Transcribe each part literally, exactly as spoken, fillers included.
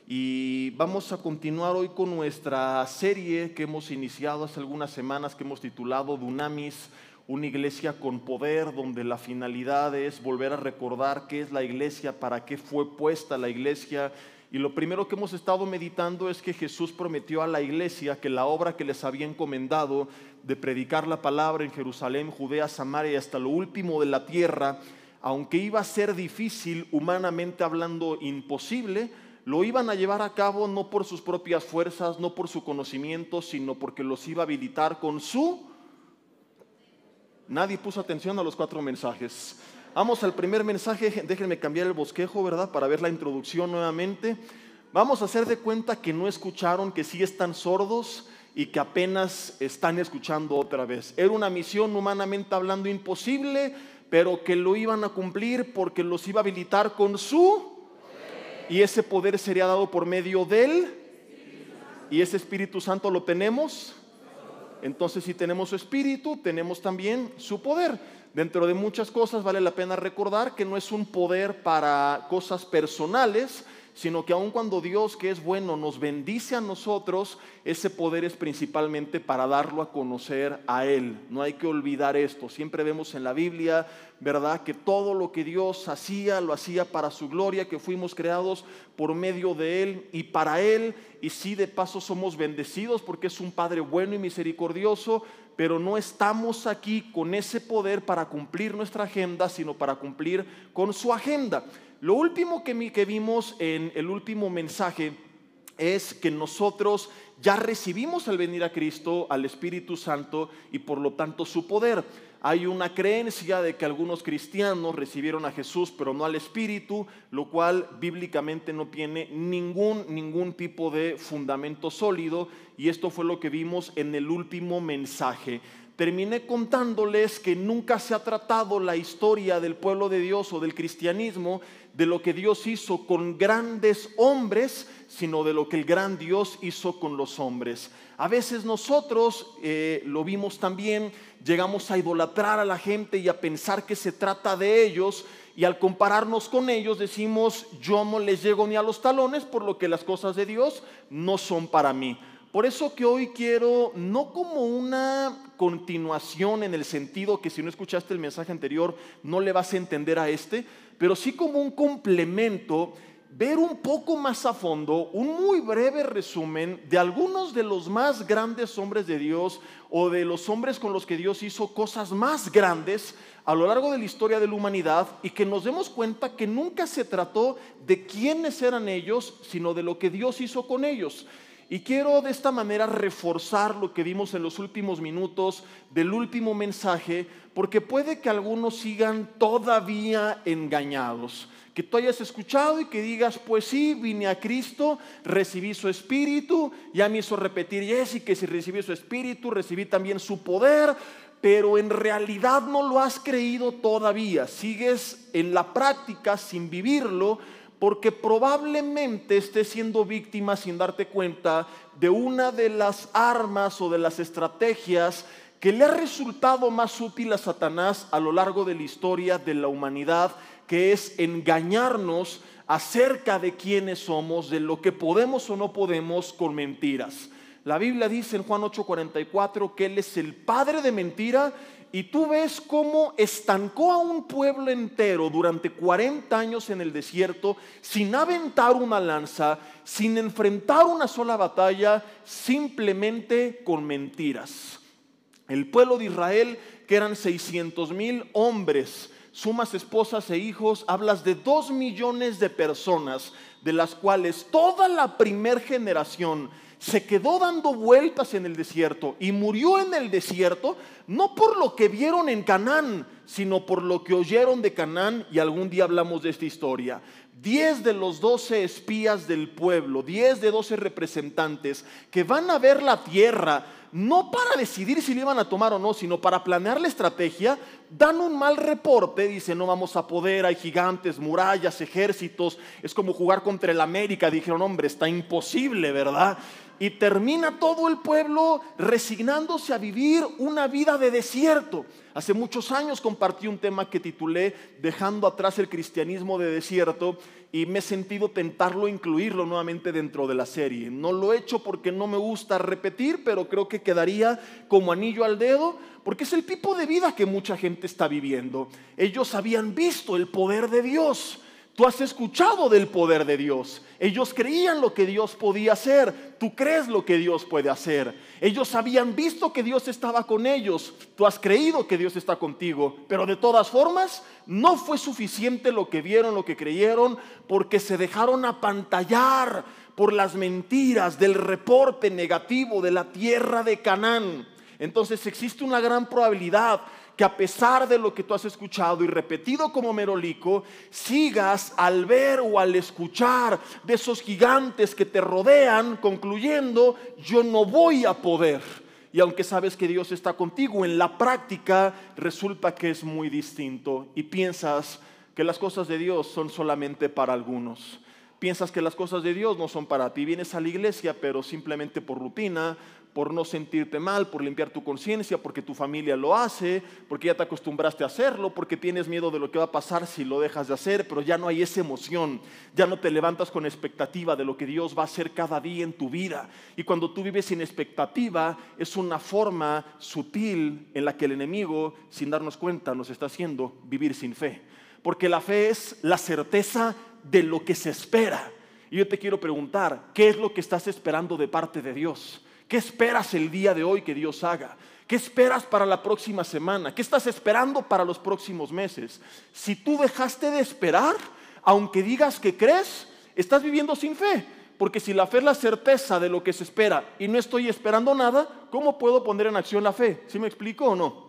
y vamos a continuar hoy con nuestra serie que hemos iniciado hace algunas semanas, que hemos titulado Dunamis, una iglesia con poder, donde la finalidad es volver a recordar qué es la iglesia, para qué fue puesta la iglesia. Y lo primero que hemos estado meditando es que Jesús prometió a la iglesia que la obra que les había encomendado de predicar la palabra en Jerusalén, Judea, Samaria y hasta lo último de la tierra, aunque iba a ser difícil, humanamente hablando imposible, lo iban a llevar a cabo no por sus propias fuerzas, no por su conocimiento, sino porque los iba a habilitar con su... Nadie puso atención a los cuatro mensajes. Vamos al primer mensaje, déjenme cambiar el bosquejo, ¿verdad? Para ver la introducción nuevamente. Vamos a hacer de cuenta que no escucharon, que sí están sordos y que apenas están escuchando otra vez. Era una misión humanamente hablando imposible, pero que lo iban a cumplir porque los iba a habilitar con su... Y ese poder sería dado por medio del... Y ese Espíritu Santo lo tenemos. Entonces, si tenemos su Espíritu, tenemos también su poder. Dentro de muchas cosas vale la pena recordar que no es un poder para cosas personales, sino que aun cuando Dios, que es bueno, nos bendice a nosotros, ese poder es principalmente para darlo a conocer a Él. No hay que olvidar esto. Siempre vemos en la Biblia, ¿verdad?, que todo lo que Dios hacía, lo hacía para su gloria, que fuimos creados por medio de Él y para Él. Y sí, de paso somos bendecidos porque es un Padre bueno y misericordioso, pero no estamos aquí con ese poder para cumplir nuestra agenda, sino para cumplir con su agenda. Lo último que, que vimos en el último mensaje es que nosotros ya recibimos al venir a Cristo, al Espíritu Santo y por lo tanto su poder. Hay una creencia de que algunos cristianos recibieron a Jesús pero no al Espíritu, lo cual bíblicamente no tiene ningún, ningún tipo de fundamento sólido, y esto fue lo que vimos en el último mensaje. Terminé contándoles que nunca se ha tratado la historia del pueblo de Dios o del cristianismo de lo que Dios hizo con grandes hombres, sino de lo que el gran Dios hizo con los hombres. A veces nosotros, eh, lo vimos también, llegamos a idolatrar a la gente y a pensar que se trata de ellos, y al compararnos con ellos decimos, yo no les llego ni a los talones, por lo que las cosas de Dios no son para mí. Por eso que hoy quiero, no como una continuación en el sentido que si no escuchaste el mensaje anterior no le vas a entender a este, pero sí como un complemento, ver un poco más a fondo, un muy breve resumen de algunos de los más grandes hombres de Dios o de los hombres con los que Dios hizo cosas más grandes a lo largo de la historia de la humanidad, y que nos demos cuenta que nunca se trató de quiénes eran ellos, sino de lo que Dios hizo con ellos. Y quiero de esta manera reforzar lo que vimos en los últimos minutos del último mensaje, porque puede que algunos sigan todavía engañados. Que tú hayas escuchado y que digas, pues sí, vine a Cristo, recibí su Espíritu, ya me hizo repetir Jessy que si recibí su Espíritu, recibí también su poder, pero en realidad no lo has creído todavía. Sigues en la práctica sin vivirlo, porque probablemente estés siendo víctima sin darte cuenta de una de las armas o de las estrategias que le ha resultado más útil a Satanás a lo largo de la historia de la humanidad, que es engañarnos acerca de quiénes somos, de lo que podemos o no podemos con mentiras. La Biblia dice en Juan ocho cuarenta y cuatro que Él es el padre de mentira. Y tú ves cómo estancó a un pueblo entero durante cuarenta años en el desierto, sin aventar una lanza, sin enfrentar una sola batalla, simplemente con mentiras. El pueblo de Israel, que eran seiscientos mil hombres, sumas esposas e hijos, hablas de dos millones de personas, de las cuales toda la primer generación se quedó dando vueltas en el desierto y murió en el desierto, no por lo que vieron en Canaán, sino por lo que oyeron de Canaán, y algún día hablamos de esta historia. Diez de los doce espías del pueblo, diez de doce representantes que van a ver la tierra, no para decidir si le iban a tomar o no, sino para planear la estrategia, dan un mal reporte, dicen no vamos a poder, hay gigantes, murallas, ejércitos, es como jugar contra el América. Dijeron, hombre, está imposible, ¿verdad? y termina todo el pueblo resignándose a vivir una vida de desierto. Hace muchos años compartí un tema que titulé Dejando atrás el cristianismo de desierto, y me he sentido tentarlo e incluirlo nuevamente dentro de la serie. No lo he hecho porque no me gusta repetir, pero creo que quedaría como anillo al dedo, porque es el tipo de vida que mucha gente está viviendo. Ellos habían visto el poder de Dios. Tú has escuchado del poder de Dios. Ellos creían lo que Dios podía hacer. Tú crees lo que Dios puede hacer. Ellos habían visto que Dios estaba con ellos. Tú has creído que Dios está contigo. Pero de todas formas, no fue suficiente lo que vieron, lo que creyeron, porque se dejaron apantallar por las mentiras del reporte negativo de la tierra de Canaán. Entonces existe una gran probabilidad que a pesar de lo que tú has escuchado y repetido como merolico, sigas al ver o al escuchar de esos gigantes que te rodean, concluyendo, yo no voy a poder. Y aunque sabes que Dios está contigo, en la práctica resulta que es muy distinto y piensas que las cosas de Dios son solamente para algunos. Piensas que las cosas de Dios no son para ti. Vienes a la iglesia, pero simplemente por rutina, por no sentirte mal, por limpiar tu conciencia, porque tu familia lo hace, porque ya te acostumbraste a hacerlo, porque tienes miedo de lo que va a pasar si lo dejas de hacer, pero ya no hay esa emoción, ya no te levantas con expectativa de lo que Dios va a hacer cada día en tu vida. Y cuando tú vives sin expectativa, es una forma sutil en la que el enemigo, sin darnos cuenta, nos está haciendo vivir sin fe. Porque la fe es la certeza de lo que se espera. Y yo te quiero preguntar, ¿qué es lo que estás esperando de parte de Dios? ¿Qué esperas el día de hoy que Dios haga? ¿Qué esperas para la próxima semana? ¿Qué estás esperando para los próximos meses? Si tú dejaste de esperar, aunque digas que crees, estás viviendo sin fe. Porque si la fe es la certeza de lo que se espera y no estoy esperando nada, ¿cómo puedo poner en acción la fe? ¿Sí me explico o no?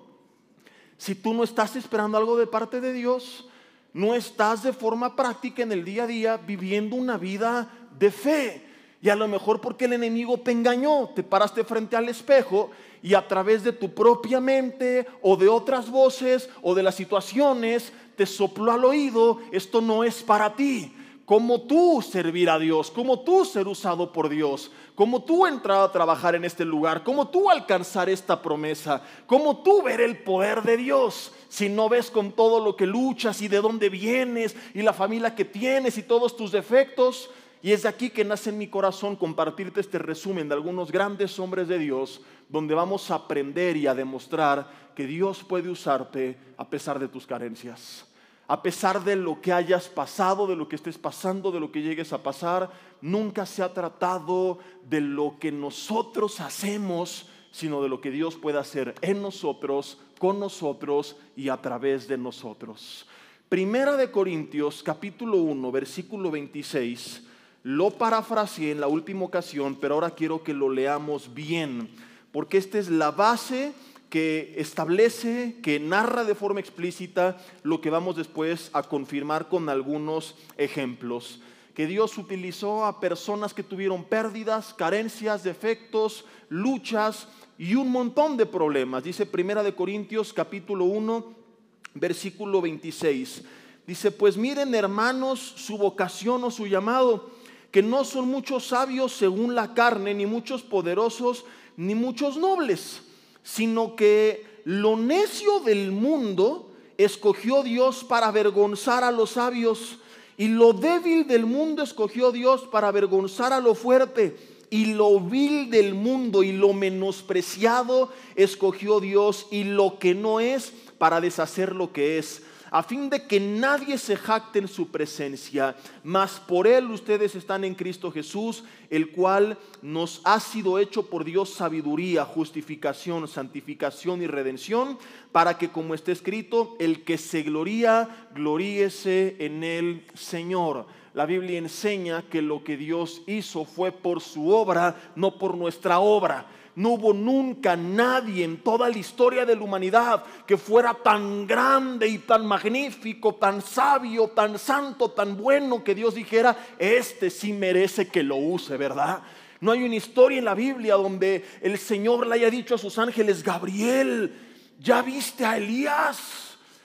Si tú no estás esperando algo de parte de Dios, no estás de forma práctica en el día a día viviendo una vida de fe. Y a lo mejor porque el enemigo te engañó, te paraste frente al espejo y a través de tu propia mente o de otras voces o de las situaciones te sopló al oído, esto no es para ti. Cómo tú servir a Dios, cómo tú ser usado por Dios, cómo tú entrar a trabajar en este lugar, cómo tú alcanzar esta promesa, cómo tú ver el poder de Dios. Si no ves con todo lo que luchas y de dónde vienes y la familia que tienes y todos tus defectos. Y es de aquí que nace en mi corazón compartirte este resumen de algunos grandes hombres de Dios, donde vamos a aprender y a demostrar que Dios puede usarte a pesar de tus carencias. A pesar de lo que hayas pasado, de lo que estés pasando, de lo que llegues a pasar, nunca se ha tratado de lo que nosotros hacemos, sino de lo que Dios puede hacer en nosotros, con nosotros y a través de nosotros. Primera de Corintios, capítulo uno, versículo veintiséis. Lo parafraseé en la última ocasión, pero ahora quiero que lo leamos bien, porque esta es la base que establece, que narra de forma explícita lo que vamos después a confirmar con algunos ejemplos. Que Dios utilizó a personas que tuvieron pérdidas, carencias, defectos, luchas y un montón de problemas. Dice Primera de Corintios capítulo uno, versículo veintiséis. Dice, pues miren hermanos su vocación o su llamado, que no son muchos sabios según la carne, ni muchos poderosos, ni muchos nobles, sino que lo necio del mundo escogió Dios para avergonzar a los sabios, y lo débil del mundo escogió Dios para avergonzar a lo fuerte, y lo vil del mundo y lo menospreciado escogió Dios, y lo que no es para deshacer lo que es, a fin de que nadie se jacte en su presencia, mas por él ustedes están en Cristo Jesús, el cual nos ha sido hecho por Dios sabiduría, justificación, santificación y redención, para que, como está escrito, el que se gloría, gloríese en el Señor. La Biblia enseña que lo que Dios hizo fue por su obra, no por nuestra obra. No hubo nunca nadie en toda la historia de la humanidad que fuera tan grande y tan magnífico, tan sabio, tan santo, tan bueno, que Dios dijera, este sí merece que lo use, ¿verdad? No hay una historia en la Biblia donde el Señor le haya dicho a sus ángeles, Gabriel, ¿ya viste a Elías?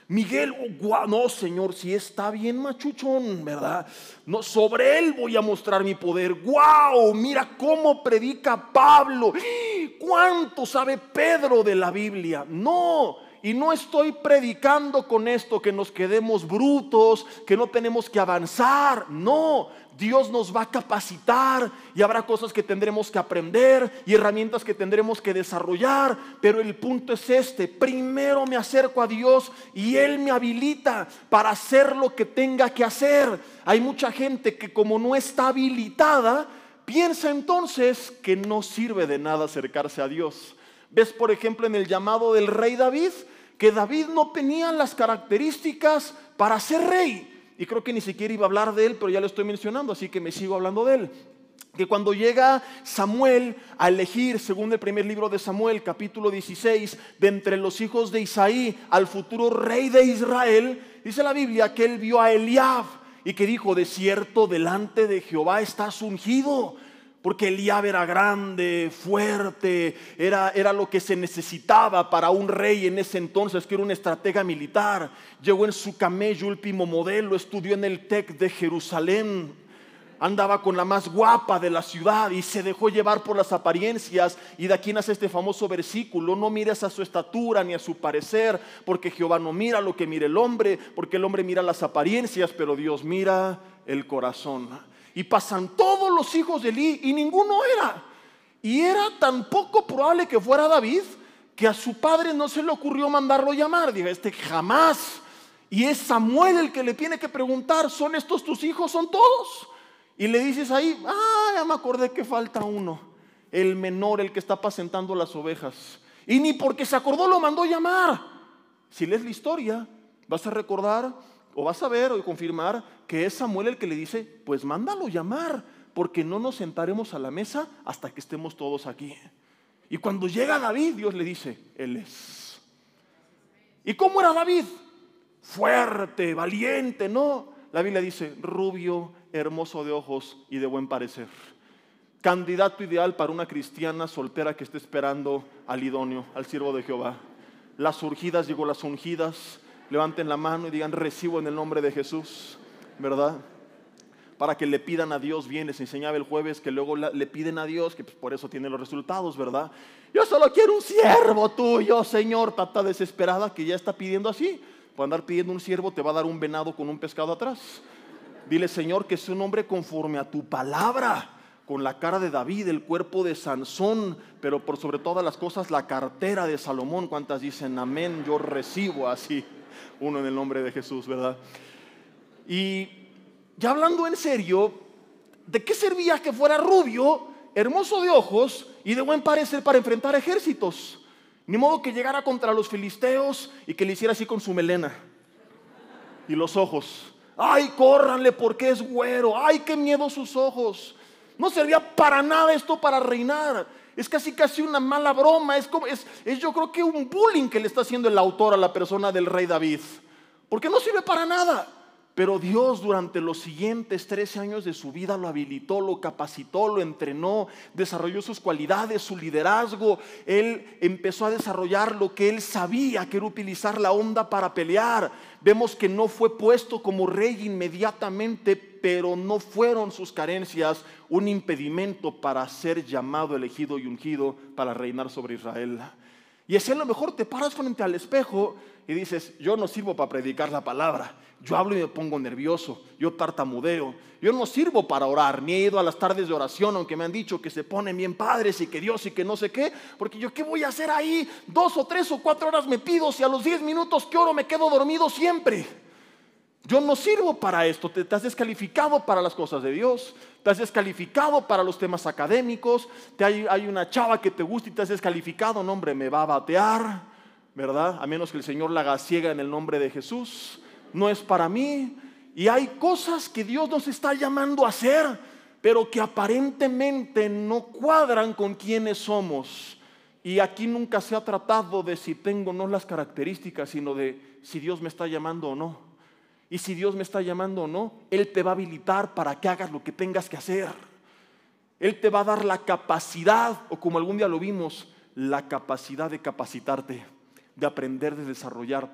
Miguel, oh, guau, no Señor, si está bien machuchón, ¿verdad? No, sobre él voy a mostrar mi poder. Guau, mira cómo predica Pablo. ¿Cuánto sabe Pedro de la Biblia? No, y no estoy predicando con esto que nos quedemos brutos, que no tenemos que avanzar. No, Dios nos va a capacitar y habrá cosas que tendremos que aprender y herramientas que tendremos que desarrollar. Pero el punto es este: primero me acerco a Dios y Él me habilita para hacer lo que tenga que hacer. Hay mucha gente que, como no está habilitada, piensa entonces que no sirve de nada acercarse a Dios. Ves, por ejemplo, en el llamado del rey David, que David no tenía las características para ser rey. Y creo que ni siquiera iba a hablar de él, pero ya lo estoy mencionando, así que me sigo hablando de él. Que cuando llega Samuel a elegir, según el primer libro de Samuel, capítulo dieciséis, de entre los hijos de Isaí al futuro rey de Israel, dice la Biblia que él vio a Eliab y que dijo: de cierto delante de Jehová estás ungido. Porque Eliab era grande, fuerte, era, era lo que se necesitaba para un rey en ese entonces, que era un estratega militar. Llegó en su camello último modelo, estudió en el TEC de Jerusalén, andaba con la más guapa de la ciudad y se dejó llevar por las apariencias. Y de aquí nace este famoso versículo: no mires a su estatura ni a su parecer, porque Jehová no mira lo que mira el hombre, porque el hombre mira las apariencias, pero Dios mira el corazón. Y pasan todos los hijos de Elí y ninguno era. Y era tan poco probable que fuera David, que a su padre no se le ocurrió mandarlo llamar. Diga, este jamás. Y es Samuel el que le tiene que preguntar: ¿son estos tus hijos? ¿Son todos? Y le dices ahí: ah, ya me acordé que falta uno, el menor, el que está apacentando las ovejas. Y ni porque se acordó lo mandó llamar. Si lees la historia, vas a recordar, o vas a ver o confirmar que es Samuel el que le dice: pues mándalo llamar, porque no nos sentaremos a la mesa hasta que estemos todos aquí. Y cuando llega David, Dios le dice: él es. ¿Y cómo era David? Fuerte, valiente, ¿no? La Biblia dice: rubio, hermoso de ojos y de buen parecer. Candidato ideal para una cristiana soltera que esté esperando al idóneo, al siervo de Jehová. Las urgidas, digo las ungidas, levanten la mano y digan: recibo en el nombre de Jesús, ¿verdad? Para que le pidan a Dios bien. Les enseñaba el jueves que luego le piden a Dios, que pues por eso tiene los resultados, ¿verdad? Yo solo quiero un siervo tuyo, Señor. Tata desesperada que ya está pidiendo así. Por andar pidiendo un siervo te va a dar un venado con un pescado atrás. Dile: Señor, que sea un hombre conforme a tu palabra, con la cara de David, el cuerpo de Sansón, pero por sobre todas las cosas la cartera de Salomón. ¿Cuántas dicen amén? Yo recibo así uno en el nombre de Jesús, ¿verdad? Y ya hablando en serio, ¿de qué servía que fuera rubio, hermoso de ojos y de buen parecer para enfrentar ejércitos? Ni modo que llegara contra los filisteos y que le hiciera así con su melena y los ojos. Ay, córranle porque es güero. Ay, qué miedo sus ojos. No servía para nada esto para reinar. Es casi casi una mala broma. Es, como, es, es yo creo que un bullying que le está haciendo el autor a la persona del rey David, porque no sirve para nada. Pero Dios durante los siguientes trece años de su vida lo habilitó, lo capacitó, lo entrenó, desarrolló sus cualidades, su liderazgo. Él empezó a desarrollar lo que él sabía, que era utilizar la onda para pelear. Vemos que no fue puesto como rey inmediatamente, pero no fueron sus carencias un impedimento para ser llamado, elegido y ungido para reinar sobre Israel. Y así a lo mejor te paras frente al espejo y dices: yo no sirvo para predicar la palabra, yo hablo y me pongo nervioso, yo tartamudeo, yo no sirvo para orar, ni he ido a las tardes de oración, aunque me han dicho que se ponen bien padres y que Dios y que no sé qué, porque yo qué voy a hacer ahí, dos o tres o cuatro horas me pido, si a los diez minutos que oro me quedo dormido siempre. Yo no sirvo para esto. Te, te has descalificado para las cosas de Dios, te has descalificado para los temas académicos. Te hay, hay una chava que te gusta y te has descalificado. No, hombre, me va a batear, ¿verdad? A menos que el Señor la haga ciega en el nombre de Jesús. No es para mí. Y hay cosas que Dios nos está llamando a hacer, pero que aparentemente no cuadran con quienes somos. Y aquí nunca se ha tratado de si tengo o no las características, sino de si Dios me está llamando o no. Y si Dios me está llamando o no, Él te va a habilitar para que hagas lo que tengas que hacer. Él te va a dar la capacidad, o como algún día lo vimos, la capacidad de capacitarte, de aprender, de desarrollarte,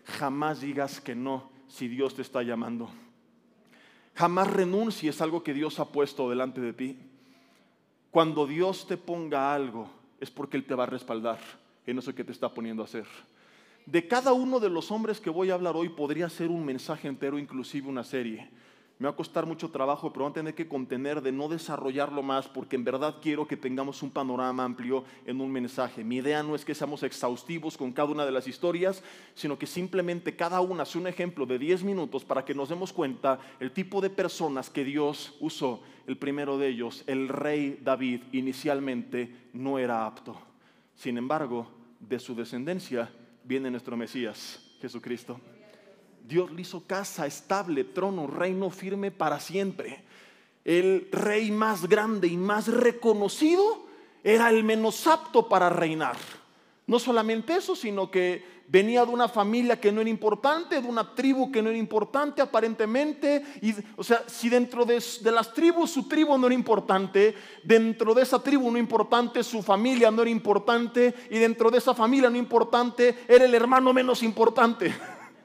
Jamás digas que no si Dios te está llamando. Jamás renuncies a algo que Dios ha puesto delante de ti. Cuando Dios te ponga algo, es porque Él te va a respaldar en eso que te está poniendo a hacer. De cada uno de los hombres que voy a hablar hoy podría ser un mensaje entero, inclusive una serie. Me va a costar mucho trabajo, pero van a tener que contener de no desarrollarlo más, porque en verdad quiero que tengamos un panorama amplio en un mensaje. Mi idea no es que seamos exhaustivos con cada una de las historias, sino que simplemente cada una sea un ejemplo de diez minutos para que nos demos cuenta el tipo de personas que Dios usó. El primero de ellos, el rey David, inicialmente no era apto. Sin embargo, de su descendencia viene nuestro Mesías, Jesucristo. Dios le hizo casa estable, trono, reino firme para siempre. El rey más grande y más reconocido era el menos apto para reinar. No solamente eso, sino que venía de una familia que no era importante, de una tribu que no era importante aparentemente. Y, o sea, si dentro de, de las tribus su tribu no era importante, dentro de esa tribu no importante su familia no era importante, y dentro de esa familia no importante era el hermano menos importante.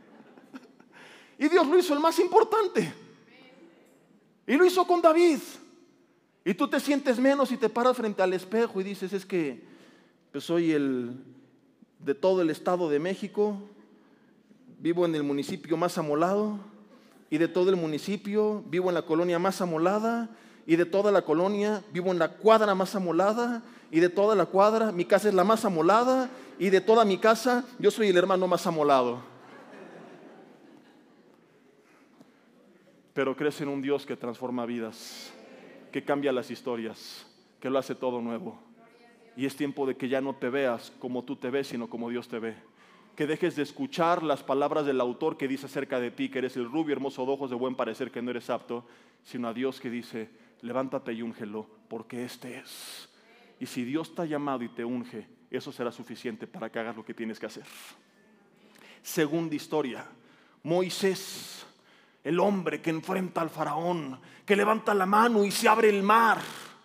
Y Dios lo hizo el más importante. Y lo hizo con David. Y tú te sientes menos y te paras frente al espejo y dices, es que pues soy el de todo el estado de México, vivo en el municipio más amolado, y de todo el municipio vivo en la colonia más amolada, y de toda la colonia vivo en la cuadra más amolada, y de toda la cuadra mi casa es la más amolada, y de toda mi casa yo soy el hermano más amolado. Pero crees en un Dios que transforma vidas, que cambia las historias, que lo hace todo nuevo. Y es tiempo de que ya no te veas como tú te ves, sino como Dios te ve. Que dejes de escuchar las palabras del autor que dice acerca de ti, que eres el rubio hermoso de ojos de buen parecer, que no eres apto, sino a Dios que dice, levántate y úngelo, porque este es. Y si Dios te ha llamado y te unge, eso será suficiente para que hagas lo que tienes que hacer. Segunda historia, Moisés. El hombre que enfrenta al faraón, que levanta la mano y se abre el mar.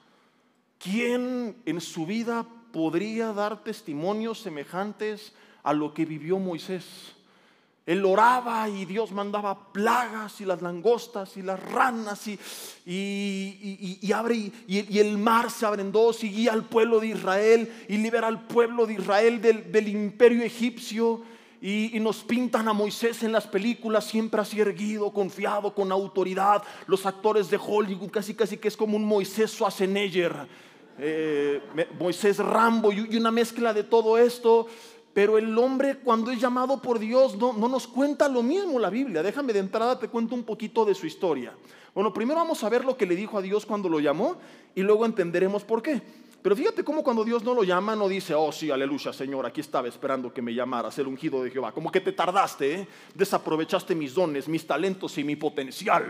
¿Quién en su vida podría dar testimonios semejantes a lo que vivió Moisés? Él oraba y Dios mandaba plagas y las langostas y las ranas y, y, y, y, abre, y, y el mar se abre en dos y guía al pueblo de Israel y libera al pueblo de Israel del, del imperio egipcio. Y, y nos pintan a Moisés en las películas siempre así erguido, confiado, con autoridad. Los actores de Hollywood casi casi que es como un Moisés Schwarzenegger, eh, Moisés Rambo y una mezcla de todo esto. Pero el hombre cuando es llamado por Dios no, no nos cuenta lo mismo la Biblia. Déjame de entrada te cuento un poquito de su historia. Bueno, primero vamos a ver lo que le dijo a Dios cuando lo llamó y luego entenderemos por qué. Pero fíjate cómo cuando Dios no lo llama, no dice, oh sí, aleluya, Señor, aquí estaba esperando que me llamaras, el ungido de Jehová. Como que te tardaste, ¿eh? Desaprovechaste mis dones, mis talentos y mi potencial.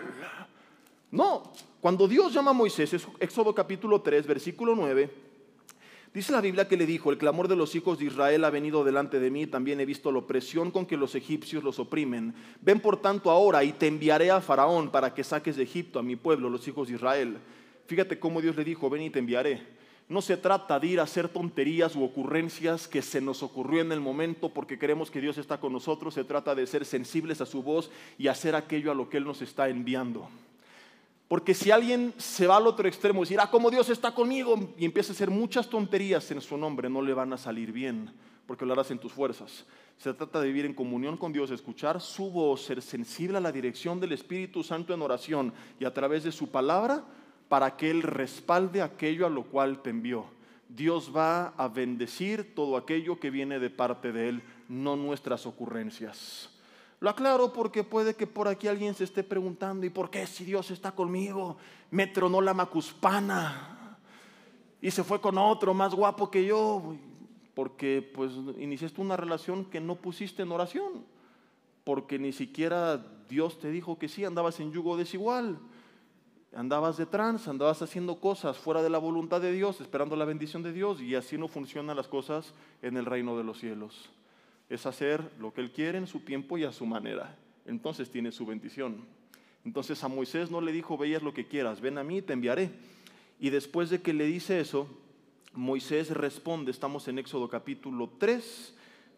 No, cuando Dios llama a Moisés, es Éxodo capítulo tres, versículo nueve, dice la Biblia que le dijo, el clamor de los hijos de Israel ha venido delante de mí, también he visto la opresión con que los egipcios los oprimen. Ven por tanto ahora y te enviaré a Faraón para que saques de Egipto a mi pueblo, los hijos de Israel. Fíjate cómo Dios le dijo, ven y te enviaré. No se trata de ir a hacer tonterías u ocurrencias que se nos ocurrió en el momento porque creemos que Dios está con nosotros. Se trata de ser sensibles a su voz y hacer aquello a lo que Él nos está enviando. Porque si alguien se va al otro extremo y decir, ah, como Dios está conmigo, y empieza a hacer muchas tonterías en su nombre, no le van a salir bien, porque lo harás en tus fuerzas. Se trata de vivir en comunión con Dios, escuchar su voz, ser sensible a la dirección del Espíritu Santo en oración y a través de su palabra, para que Él respalde aquello a lo cual te envió. Dios va a bendecir todo aquello que viene de parte de Él, no nuestras ocurrencias. Lo aclaro porque puede que por aquí alguien se esté preguntando, ¿y por qué si Dios está conmigo? Me tronó la macuspana y se fue con otro más guapo que yo. Porque pues iniciaste una relación que no pusiste en oración. Porque ni siquiera Dios te dijo que sí, andabas en yugo desigual. Andabas de trance, andabas haciendo cosas fuera de la voluntad de Dios, esperando la bendición de Dios, y así no funcionan las cosas en el reino de los cielos. Es hacer lo que Él quiere en su tiempo y a su manera. Entonces tiene su bendición. Entonces a Moisés no le dijo, ve y haz lo que quieras, ven a mí y te enviaré. Y después de que le dice eso, Moisés responde, estamos en Éxodo capítulo tres,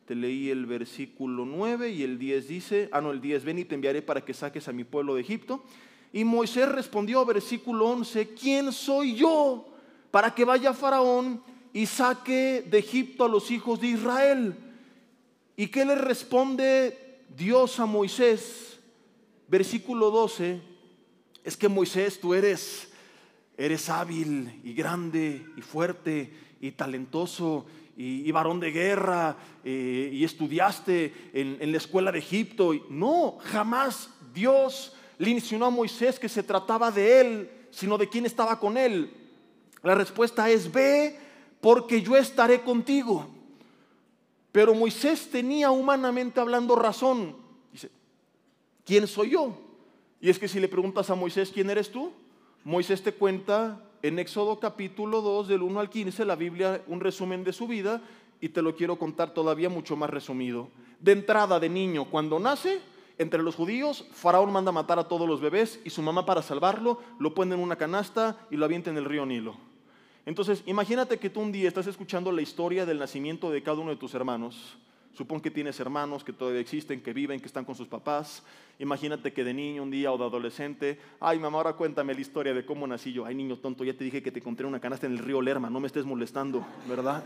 Te leí el versículo nueve y el diez dice, ah no, el diez, ven y te enviaré para que saques a mi pueblo de Egipto. Y Moisés respondió, versículo once, ¿quién soy yo para que vaya Faraón y saque de Egipto a los hijos de Israel? ¿Y qué le responde Dios a Moisés? Versículo doce, es que Moisés, tú eres, eres hábil y grande y fuerte y talentoso y, y varón de guerra eh, y estudiaste en, en la escuela de Egipto. No, jamás Dios le insinuó a Moisés que se trataba de él, sino de quién estaba con él. La respuesta es, ve porque yo estaré contigo. Pero Moisés tenía humanamente hablando razón. Dice, ¿quién soy yo? Y es que si le preguntas a Moisés, ¿quién eres tú? Moisés te cuenta en Éxodo capítulo dos, del uno al quince, la Biblia, un resumen de su vida, y te lo quiero contar todavía mucho más resumido. De entrada, de niño, cuando nace, entre los judíos, Faraón manda matar a todos los bebés y su mamá, para salvarlo, lo pone en una canasta y lo avienta en el río Nilo. Entonces, imagínate que tú un día estás escuchando la historia del nacimiento de cada uno de tus hermanos. Supón que tienes hermanos que todavía existen, que viven, que están con sus papás. Imagínate que de niño un día o de adolescente, ay mamá, ahora cuéntame la historia de cómo nací yo. Ay niño tonto, ya te dije que te encontré una canasta en el río Lerma, no me estés molestando, ¿verdad?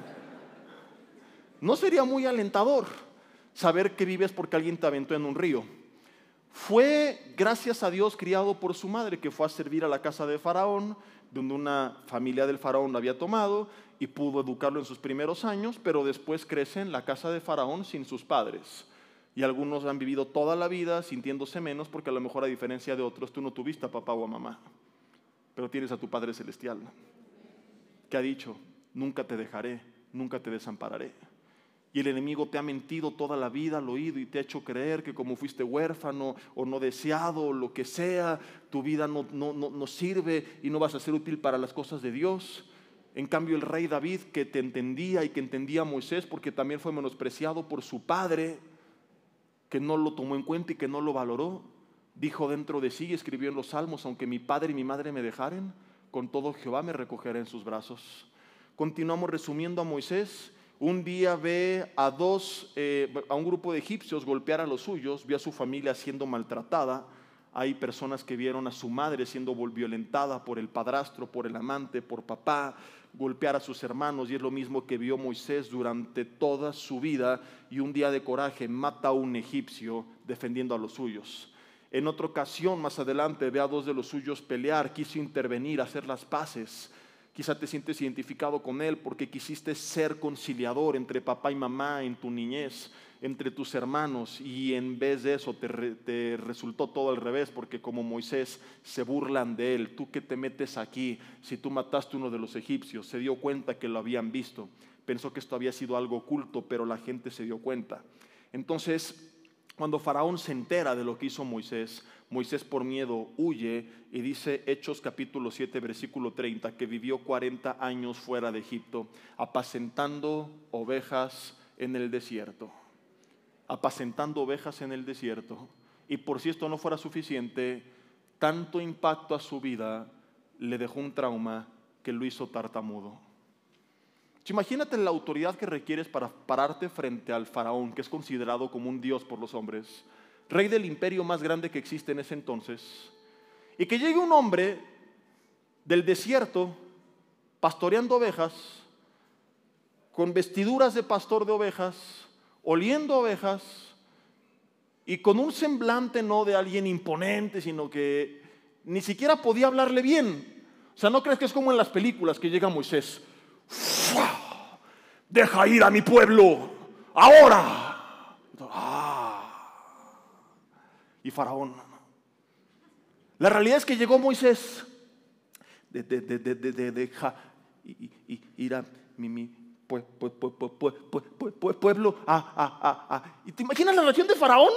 ¿No sería muy alentador saber que vives porque alguien te aventó en un río? Fue, gracias a Dios, criado por su madre, que fue a servir a la casa de Faraón, donde una familia del Faraón lo había tomado y pudo educarlo en sus primeros años, pero después crece en la casa de Faraón sin sus padres. Y algunos han vivido toda la vida sintiéndose menos porque a lo mejor, a diferencia de otros, tú no tuviste a papá o a mamá, pero tienes a tu Padre Celestial, que ha dicho, nunca te dejaré, nunca te desampararé. Y el enemigo te ha mentido toda la vida al oído y te ha hecho creer que como fuiste huérfano o no deseado o lo que sea, tu vida no, no, no, no sirve y no vas a ser útil para las cosas de Dios. En cambio, el rey David, que te entendía y que entendía a Moisés porque también fue menospreciado por su padre, que no lo tomó en cuenta y que no lo valoró, dijo dentro de sí y escribió en los Salmos, aunque mi padre y mi madre me dejaren, con todo Jehová me recogerá en sus brazos. Continuamos resumiendo a Moisés. Un día ve a dos, eh, a un grupo de egipcios golpear a los suyos, vio a su familia siendo maltratada. Hay personas que vieron a su madre siendo violentada por el padrastro, por el amante, por papá, golpear a sus hermanos, y es lo mismo que vio Moisés durante toda su vida, y un día de coraje mata a un egipcio defendiendo a los suyos. En otra ocasión, más adelante, ve a dos de los suyos pelear, quiso intervenir, hacer las paces. Quizá te sientes identificado con él porque quisiste ser conciliador entre papá y mamá en tu niñez, entre tus hermanos, y en vez de eso te, re, te resultó todo al revés, porque como Moisés se burlan de él. Tú que te metes aquí, si tú mataste a uno de los egipcios, se dio cuenta que lo habían visto, pensó que esto había sido algo oculto, pero la gente se dio cuenta. Entonces, cuando Faraón se entera de lo que hizo Moisés, Moisés por miedo huye, y dice Hechos capítulo siete versículo treinta que vivió cuarenta años fuera de Egipto, apacentando ovejas en el desierto. Apacentando ovejas en el desierto. Y por si esto no fuera suficiente, tanto impacto a su vida le dejó un trauma que lo hizo tartamudo. Imagínate la autoridad que requieres para pararte frente al faraón, que es considerado como un dios por los hombres, rey del imperio más grande que existe en ese entonces, y que llegue un hombre del desierto pastoreando ovejas, con vestiduras de pastor de ovejas, oliendo ovejas, y con un semblante no de alguien imponente, sino que ni siquiera podía hablarle bien. O sea, no crees que es como en las películas que llega Moisés, deja ir a mi pueblo ahora. Ah. Y Faraón. La realidad es que llegó Moisés, de, de, de, de, de, de, deja y, y, ir a mi, mi pue, pue, pue, pue, pue, pue, pue, pueblo. Ah, ah, ah, ah. ¿Y te imaginas la reacción de Faraón?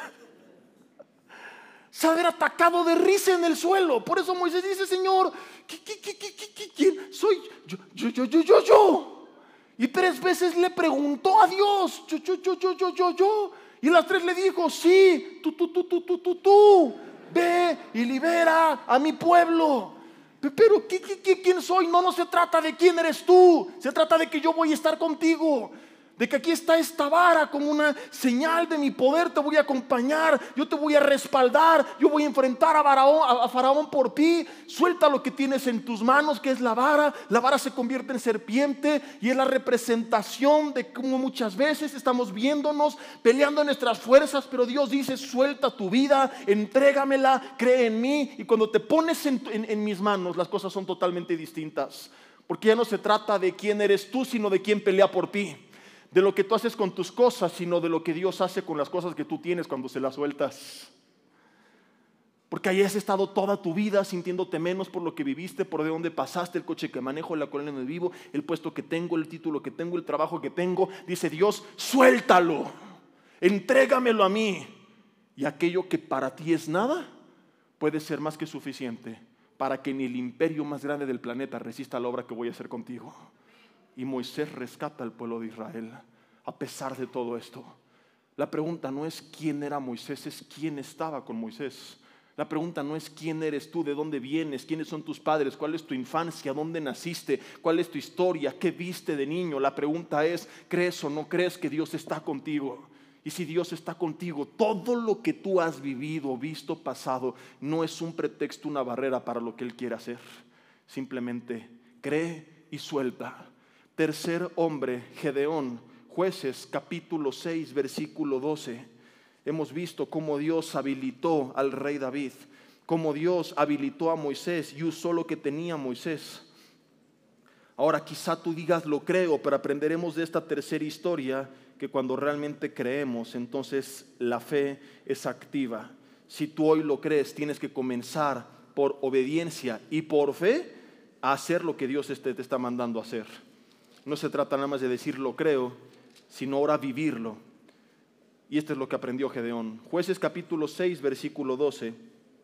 Se haber atacado de risa en el suelo. Por eso Moisés dice, Señor, ¿qué, qué, qué, qué, qué, quién soy? Yo, yo, yo, yo, yo, yo. Y tres veces le preguntó a Dios, yo, yo, yo, yo, yo, yo, yo. Y las tres le dijo, sí, tú, tú, tú, tú, tú, tú, tú. Ve y libera a mi pueblo. Pero ¿qué, qué, qué, ¿quién soy? No, no se trata de quién eres tú. Se trata de que yo voy a estar contigo. de que aquí está esta vara como una señal de mi poder, te voy a acompañar, yo te voy a respaldar, yo voy a enfrentar a Faraón, a Faraón por ti. Suelta lo que tienes en tus manos, que es la vara. La vara se convierte en serpiente y es la representación de cómo muchas veces estamos viéndonos peleando en nuestras fuerzas, pero Dios dice: suelta tu vida, entrégamela, cree en mí, y cuando te pones en, en, en mis manos, las cosas son totalmente distintas, porque ya no se trata de quién eres tú, sino de quién pelea por ti, de lo que tú haces con tus cosas, sino de lo que Dios hace con las cosas que tú tienes cuando se las sueltas. Porque ahí has estado toda tu vida sintiéndote menos por lo que viviste, por de dónde pasaste, el coche que manejo, la colonia donde vivo, el puesto que tengo, el título que tengo, el trabajo que tengo. Dice Dios: suéltalo, entrégamelo a mí, y aquello que para ti es nada puede ser más que suficiente para que ni el imperio más grande del planeta resista la obra que voy a hacer contigo. Y Moisés rescata al pueblo de Israel a pesar de todo esto. La pregunta no es quién era Moisés, es quién estaba con Moisés. La pregunta no es quién eres tú, de dónde vienes, quiénes son tus padres, cuál es tu infancia, dónde naciste, cuál es tu historia, qué viste de niño. La pregunta es: ¿crees o no crees que Dios está contigo? Y si Dios está contigo, todo lo que tú has vivido, visto, pasado, no es un pretexto, una barrera para lo que Él quiere hacer. Simplemente cree y suelta. Tercer hombre, Gedeón, Jueces capítulo seis, versículo doce. Hemos visto cómo Dios habilitó al rey David, cómo Dios habilitó a Moisés y usó lo que tenía Moisés. Ahora quizá tú digas: lo creo, pero aprenderemos de esta tercera historia que cuando realmente creemos, entonces la fe es activa. Si tú hoy lo crees, tienes que comenzar por obediencia y por fe a hacer lo que Dios te está mandando a hacer. No se trata nada más de decir lo creo, sino ahora vivirlo. Y esto es lo que aprendió Gedeón. Jueces capítulo seis, versículo doce.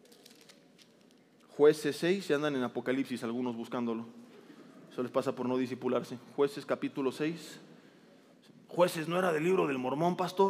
Jueces seis, ya andan en Apocalipsis algunos buscándolo. Eso les pasa por no disipularse. Jueces capítulo seis. Jueces no era del libro del Mormón, pastor.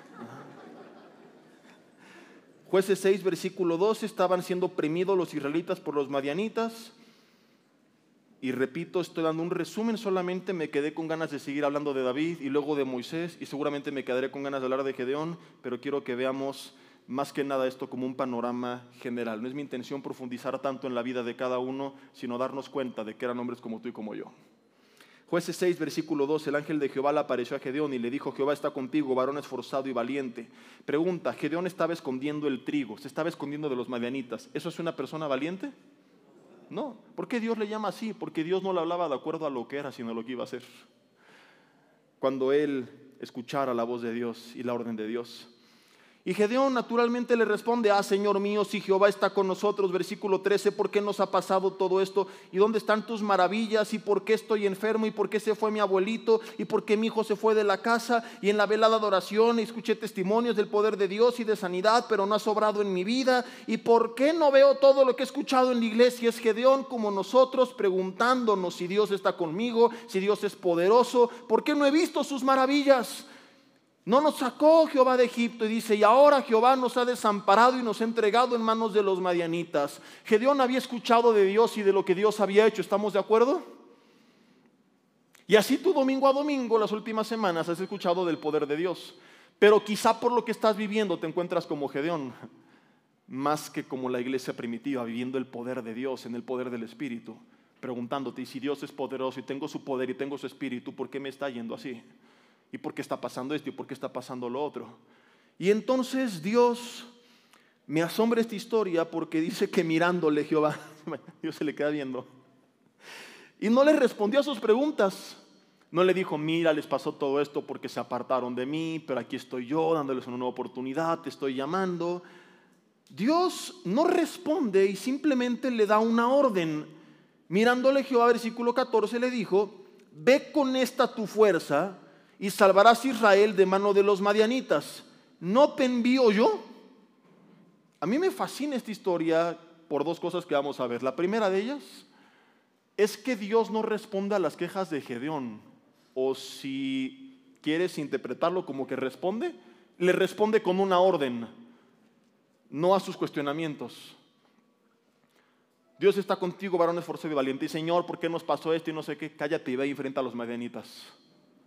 Jueces seis, versículo doce. Estaban siendo oprimidos los israelitas por los madianitas. Y repito, estoy dando un resumen solamente. Me quedé con ganas de seguir hablando de David y luego de Moisés, y seguramente me quedaré con ganas de hablar de Gedeón, pero quiero que veamos más que nada esto como un panorama general. No es mi intención profundizar tanto en la vida de cada uno, sino darnos cuenta de que eran hombres como tú y como yo. Jueces seis, versículo doce. El ángel de Jehová le apareció a Gedeón y le dijo: Jehová está contigo, varón esforzado y valiente. Pregunta: Gedeón estaba escondiendo el trigo, se estaba escondiendo de los madianitas. ¿Eso es una persona valiente? No. ¿Por qué Dios le llama así? Porque Dios no le hablaba de acuerdo a lo que era, sino a lo que iba a hacer. Cuando él escuchara la voz de Dios y la orden de Dios. Y Gedeón naturalmente le responde: ah, Señor mío, si Jehová está con nosotros. Versículo trece. ¿Por qué nos ha pasado todo esto? ¿Y dónde están tus maravillas? ¿Y por qué estoy enfermo? ¿Y por qué se fue mi abuelito? ¿Y por qué mi hijo se fue de la casa? Y en la velada de oración escuché testimonios del poder de Dios y de sanidad, pero no ha sobrado en mi vida. ¿Y por qué no veo todo lo que he escuchado en la iglesia? Es Gedeón como nosotros, preguntándonos si Dios está conmigo, si Dios es poderoso. ¿Por qué no he visto sus maravillas? No nos sacó Jehová de Egipto, y dice: y ahora Jehová nos ha desamparado y nos ha entregado en manos de los madianitas. Gedeón había escuchado de Dios y de lo que Dios había hecho. ¿Estamos de acuerdo? Y así tú domingo a domingo, las últimas semanas, has escuchado del poder de Dios. Pero quizá por lo que estás viviendo te encuentras como Gedeón, más que como la iglesia primitiva, viviendo el poder de Dios, en el poder del Espíritu, preguntándote: y si Dios es poderoso y tengo su poder y tengo su Espíritu, ¿por qué me está yendo así? ¿Y por qué está pasando esto? ¿Y por qué está pasando lo otro? Y entonces Dios, me asombra esta historia porque dice que mirándole Jehová, Dios se le queda viendo, y no le respondió a sus preguntas. No le dijo: mira, les pasó todo esto porque se apartaron de mí, pero aquí estoy yo dándoles una nueva oportunidad, te estoy llamando. Dios no responde y simplemente le da una orden. Mirándole Jehová, versículo catorce, le dijo: ve con esta tu fuerza y salvarás a Israel de mano de los madianitas. ¿No te envío yo? A mí me fascina esta historia por dos cosas que vamos a ver. La primera de ellas es que Dios no responde a las quejas de Gedeón, o si quieres interpretarlo como que responde, le responde con una orden, no a sus cuestionamientos. Dios está contigo, varón esforzado y valiente. Y Señor, ¿por qué nos pasó esto y no sé qué? Cállate y ve y enfrenta a los madianitas.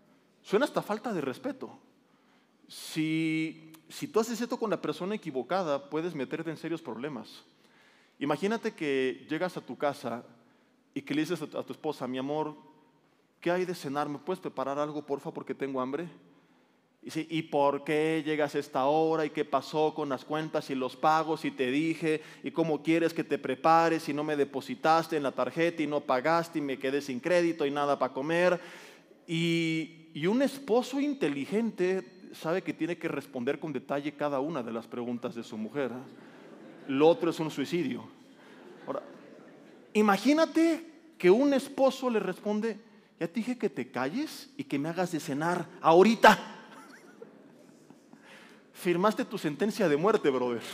Suena hasta falta de respeto. Si, si tú haces esto con la persona equivocada, puedes meterte en serios problemas. Imagínate que llegas a tu casa y que le dices a tu, a tu esposa, mi amor, ¿qué hay de cenar? ¿Me puedes preparar algo, porfa, porque tengo hambre? Y dice, ¿y por qué llegas a esta hora? ¿Y qué pasó con las cuentas y los pagos? Y te dije, ¿y cómo quieres que te prepares? Y no me depositaste en la tarjeta y no pagaste y me quedé sin crédito y nada para comer. Y, y un esposo inteligente sabe que tiene que responder con detalle cada una de las preguntas de su mujer. Lo otro es un suicidio. Ahora, imagínate que un esposo le responde, ya te dije que te calles y que me hagas de cenar ahorita. Firmaste tu sentencia de muerte, brother.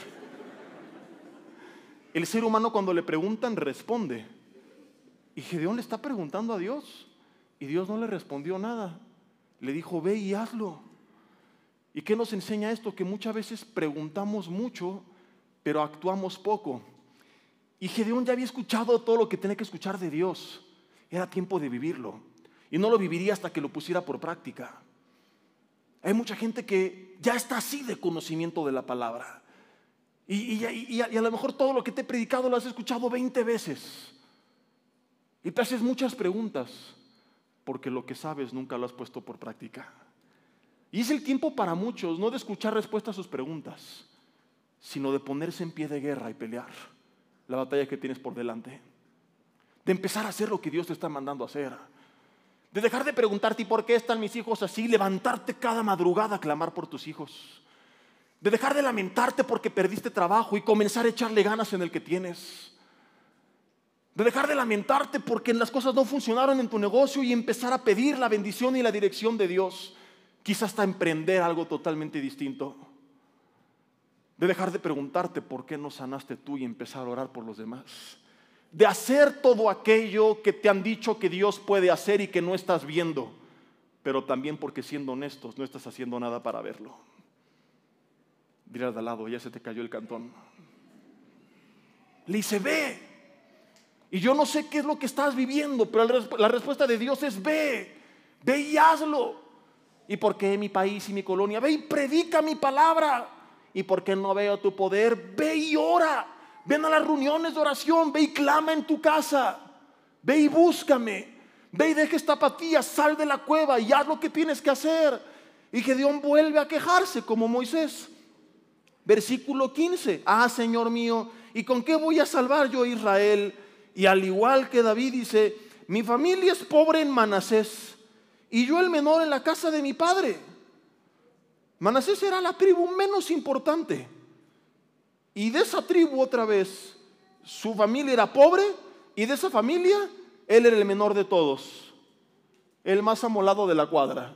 El ser humano cuando le preguntan responde. Y Gedeón le está preguntando a Dios y Dios no le respondió nada. Le dijo, ve y hazlo. ¿Y qué nos enseña esto? Que muchas veces preguntamos mucho, pero actuamos poco. Y Gedeón ya había escuchado todo lo que tenía que escuchar de Dios. Era tiempo de vivirlo. Y no lo viviría hasta que lo pusiera por práctica. Hay mucha gente que ya está así de conocimiento de la palabra. Y, y, y, y a lo mejor todo lo que te he predicado lo has escuchado veinte veces. Y te haces muchas preguntas, porque lo que sabes nunca lo has puesto por práctica. Y es el tiempo para muchos, no de escuchar respuestas a sus preguntas, sino de ponerse en pie de guerra y pelear la batalla que tienes por delante. De empezar a hacer lo que Dios te está mandando a hacer. De dejar de preguntarte, ¿y por qué están mis hijos así? Levantarte cada madrugada a clamar por tus hijos. De dejar de lamentarte porque perdiste trabajo y comenzar a echarle ganas en el que tienes. De dejar de lamentarte porque las cosas no funcionaron en tu negocio y empezar a pedir la bendición y la dirección de Dios. Quizás hasta emprender algo totalmente distinto. De dejar de preguntarte por qué no sanaste tú y empezar a orar por los demás. De hacer todo aquello que te han dicho que Dios puede hacer y que no estás viendo, pero también porque siendo honestos no estás haciendo nada para verlo. Dile al de al lado, ya se te cayó el cantón. Le dice, ve. Y yo no sé qué es lo que estás viviendo, pero la respuesta de Dios es ve, ve y hazlo. ¿Y por qué mi país y mi colonia? Ve y predica mi palabra. ¿Y por qué no veo tu poder? Ve y ora. Ven a las reuniones de oración, ve y clama en tu casa, ve y búscame, ve y deja esta apatía, sal de la cueva y haz lo que tienes que hacer. Y Gedeón vuelve a quejarse como Moisés. Versículo quince, ah, Señor mío, ¿y con qué voy a salvar yo a Israel? Y al igual que David dice, mi familia es pobre en Manasés y yo el menor en la casa de mi padre. Manasés era la tribu menos importante. Y de esa tribu otra vez, su familia era pobre y de esa familia él era el menor de todos, el más amolado de la cuadra,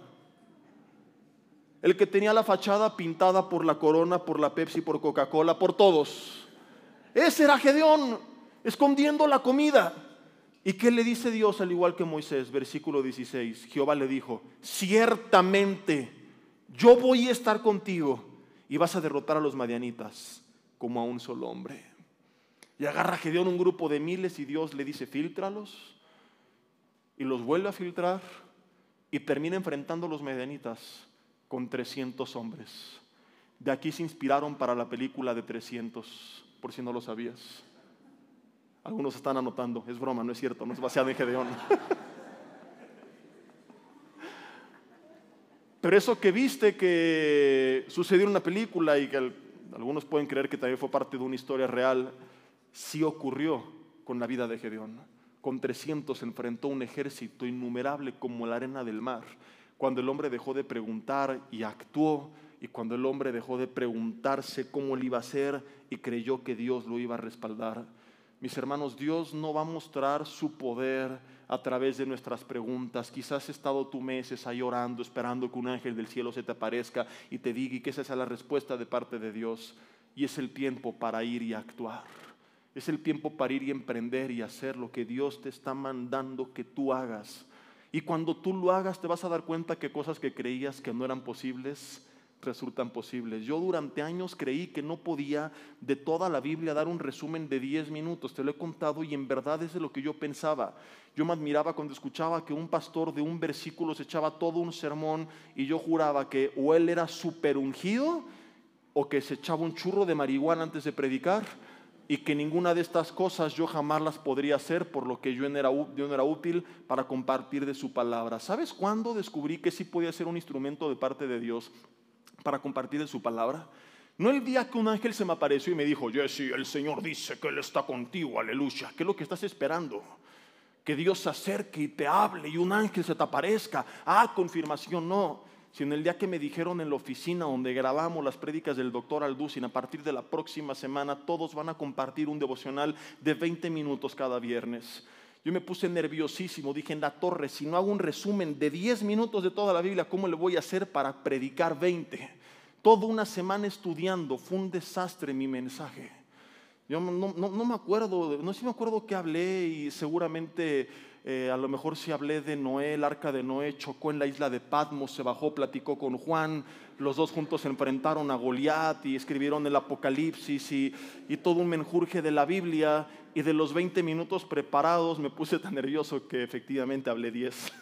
el que tenía la fachada pintada por la Corona, por la Pepsi, por Coca-Cola, por todos. Ese era Gedeón, escondiendo la comida. ¿Y qué le dice Dios al igual que Moisés? Versículo dieciséis, Jehová le dijo, ciertamente yo voy a estar contigo y vas a derrotar a los madianitas como a un solo hombre. Y agarra a Gedeón un grupo de miles y Dios le dice, fíltralos. Y los vuelve a filtrar y termina enfrentando a los madianitas con trescientos hombres. De aquí se inspiraron para la película de trescientos, por si no lo sabías. Algunos están anotando, es broma, no es cierto, no es basado en Gedeón. Pero eso que viste que sucedió en una película y que el algunos pueden creer que también fue parte de una historia real, sí ocurrió con la vida de Gedeón. Con trescientos se enfrentó a un ejército innumerable como la arena del mar. Cuando el hombre dejó de preguntar y actuó, y cuando el hombre dejó de preguntarse cómo le iba a hacer y creyó que Dios lo iba a respaldar. Mis hermanos, Dios no va a mostrar su poder a través de nuestras preguntas. Quizás has estado tú meses ahí orando, esperando que un ángel del cielo se te aparezca y te diga y que esa sea la respuesta de parte de Dios. Y es el tiempo para ir y actuar. Es el tiempo para ir y emprender y hacer lo que Dios te está mandando que tú hagas. Y cuando tú lo hagas te vas a dar cuenta que cosas que creías que no eran posibles resultan posibles. Yo durante años creí que no podía de toda la Biblia dar un resumen de diez minutos, te lo he contado y en verdad eso es lo que yo pensaba. Yo me admiraba cuando escuchaba que un pastor de un versículo se echaba todo un sermón y yo juraba que o él era súper ungido o que se echaba un churro de marihuana antes de predicar y que ninguna de estas cosas yo jamás las podría hacer, por lo que yo no era, yo no era útil para compartir de su palabra. ¿Sabes cuándo descubrí que sí podía ser un instrumento de parte de Dios para compartir de su palabra? No el día que un ángel se me apareció y me dijo: Jesse, el Señor dice que Él está contigo, aleluya. ¿Qué es lo que estás esperando? Que Dios se acerque y te hable y un ángel se te aparezca. Ah, confirmación, no. Sino el día que me dijeron en la oficina donde grabamos las prédicas del doctor Alducin: a partir de la próxima semana todos van a compartir un devocional de veinte minutos cada viernes. Yo me puse nerviosísimo, dije: en la torre, si no hago un resumen de diez minutos de toda la Biblia, ¿cómo le voy a hacer para predicar veinte? Toda una semana estudiando, fue un desastre mi mensaje. Yo no, no, no me acuerdo, no sé si me acuerdo que hablé y seguramente eh, a lo mejor sí hablé de Noé. El arca de Noé chocó en la isla de Patmos, se bajó, platicó con Juan, los dos juntos se enfrentaron a Goliat y escribieron el Apocalipsis y, y todo un menjurje de la Biblia. Y de los veinte minutos preparados me puse tan nervioso que efectivamente hablé diez.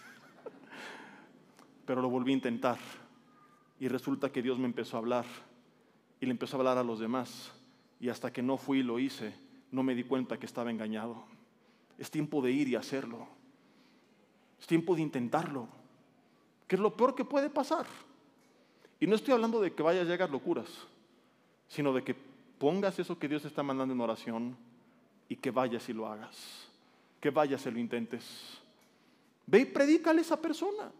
Pero lo volví a intentar y resulta que Dios me empezó a hablar y le empezó a hablar a los demás. Y hasta que no fui y lo hice, no me di cuenta que estaba engañado. Es tiempo de ir y hacerlo. Es tiempo de intentarlo, que es lo peor que puede pasar. Y no estoy hablando de que vayas y hagas locuras, sino de que pongas eso que Dios te está mandando en oración y que vayas y lo hagas. Que vayas y lo intentes. Ve y predícale a esa persona.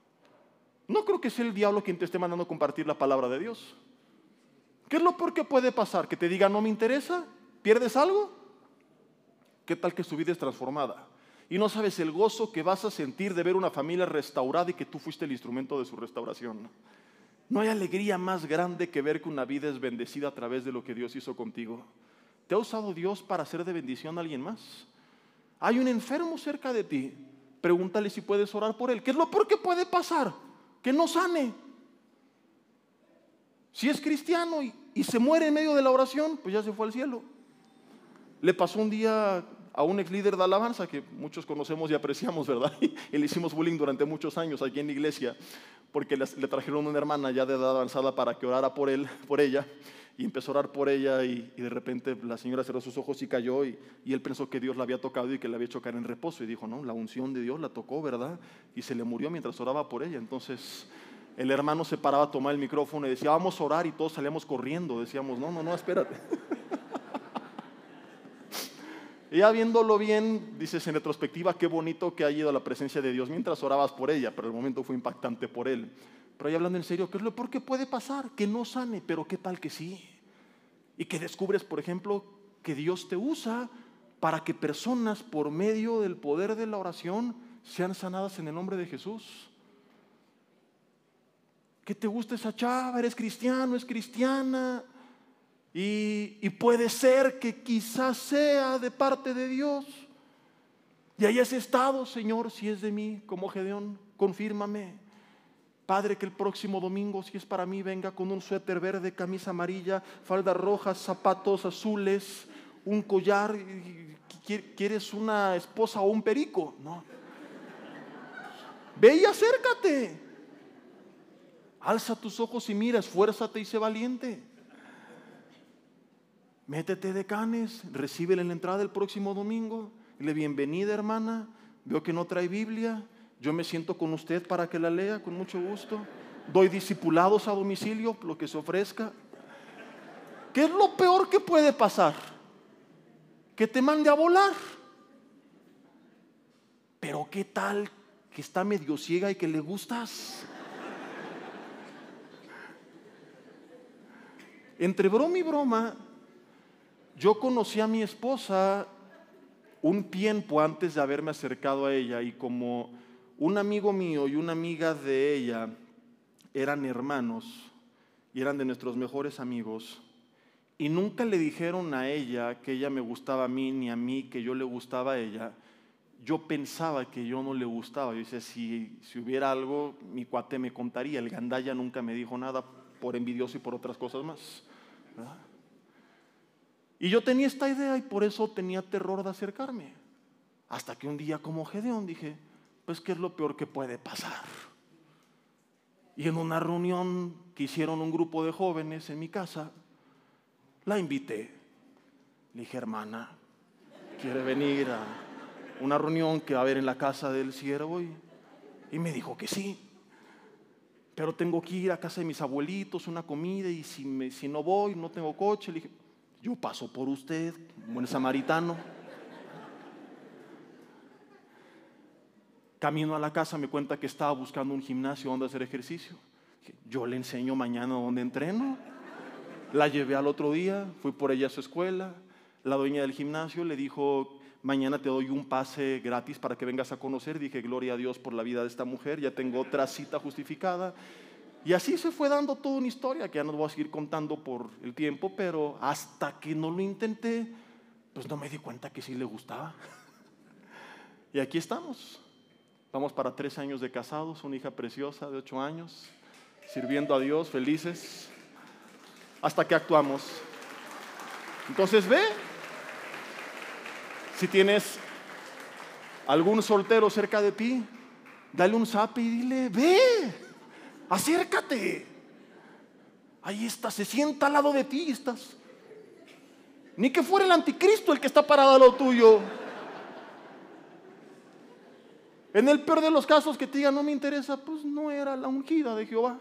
No creo que sea el diablo quien te esté mandando compartir la palabra de Dios. ¿Qué es lo peor que puede pasar? ¿Que te diga no me interesa? ¿Pierdes algo? ¿Qué tal que su vida es transformada? Y no sabes el gozo que vas a sentir de ver una familia restaurada y que tú fuiste el instrumento de su restauración. No hay alegría más grande que ver que una vida es bendecida a través de lo que Dios hizo contigo. ¿Te ha usado Dios para hacer de bendición a alguien más? Hay un enfermo cerca de ti. Pregúntale si puedes orar por él. ¿Qué es lo peor que puede pasar? Que no sane. Si es cristiano y, y se muere en medio de la oración, pues ya se fue al cielo. Le pasó un día a un ex líder de alabanza que muchos conocemos y apreciamos, ¿verdad? Y le hicimos bullying durante muchos años aquí en la iglesia porque le, le trajeron una hermana ya de edad avanzada para que orara por él, por ella, y empezó a orar por ella y, y de repente la señora cerró sus ojos y cayó y, y él pensó que Dios la había tocado y que la había hecho caer en reposo y dijo: no, la unción de Dios la tocó, ¿verdad? Y se le murió mientras oraba por ella. Entonces el hermano se paraba a tomar el micrófono y decía: vamos a orar, y todos salíamos corriendo. Decíamos: no, no, no, espérate. Y ya viéndolo bien, dices en retrospectiva, qué bonito que haya ido a la presencia de Dios mientras orabas por ella, pero el momento fue impactante por él. Pero ahí hablando en serio, ¿qué es lo peor que puede pasar? Que no sane, pero qué tal que sí. Y que descubres, por ejemplo, que Dios te usa para que personas por medio del poder de la oración sean sanadas en el nombre de Jesús. Que te gusta esa chava, eres cristiano, es cristiana. Y, y puede ser que quizás sea de parte de Dios. Y ahí has estado: Señor, si es de mí, como Gedeón, confírmame. Padre, que el próximo domingo, si es para mí, venga con un suéter verde, camisa amarilla, faldas rojas, zapatos azules, un collar. ¿Quieres una esposa o un perico? No. Ve y acércate. Alza tus ojos y mira, esfuérzate y sé valiente. Métete de canes, recíbele en la entrada el próximo domingo. Dile: bienvenida, hermana, veo que no trae Biblia, yo me siento con usted para que la lea, con mucho gusto. Doy discipulados a domicilio, lo que se ofrezca. ¿Qué es lo peor que puede pasar? Que te mande a volar. Pero ¿qué tal que está medio ciega y que le gustas? Entre broma y broma, yo conocí a mi esposa un tiempo antes de haberme acercado a ella, y como un amigo mío y una amiga de ella eran hermanos y eran de nuestros mejores amigos, y nunca le dijeron a ella que ella me gustaba a mí, ni a mí que yo le gustaba a ella, yo pensaba que yo no le gustaba. Yo decía: si, si hubiera algo, mi cuate me contaría. El gandaya nunca me dijo nada, por envidioso y por otras cosas más, ¿verdad? Y yo tenía esta idea y por eso tenía terror de acercarme. Hasta que un día, como Gedeón, dije, pues ¿qué es lo peor que puede pasar? Y en una reunión que hicieron un grupo de jóvenes en mi casa, la invité. Le dije, hermana, ¿quiere venir a una reunión que va a haber en la casa del siervo? Y, y me dijo que sí. Pero tengo que ir a casa de mis abuelitos, una comida, y si, me, si no voy, no tengo coche. Le dije, yo paso por usted, buen samaritano. Camino a la casa, me cuenta que estaba buscando un gimnasio donde hacer ejercicio. Dije, yo le enseño mañana donde entreno. La llevé al otro día, fui por ella a su escuela. La dueña del gimnasio le dijo, mañana te doy un pase gratis para que vengas a conocer. Dije, gloria a Dios por la vida de esta mujer, ya tengo otra cita justificada. Y así se fue dando toda una historia que ya no voy a seguir contando por el tiempo, pero hasta que no lo intenté, pues no me di cuenta que sí le gustaba. Y aquí estamos. Vamos para tres años de casados, una hija preciosa de ocho años, sirviendo a Dios, felices, hasta que actuamos. Entonces ve, si tienes algún soltero cerca de ti, dale un zape y dile, ve, acércate. Ahí está, se sienta al lado de ti, estás. Ni que fuera el anticristo el que está parado a lo tuyo. En el peor de los casos que te diga no me interesa, pues no era la ungida de Jehová.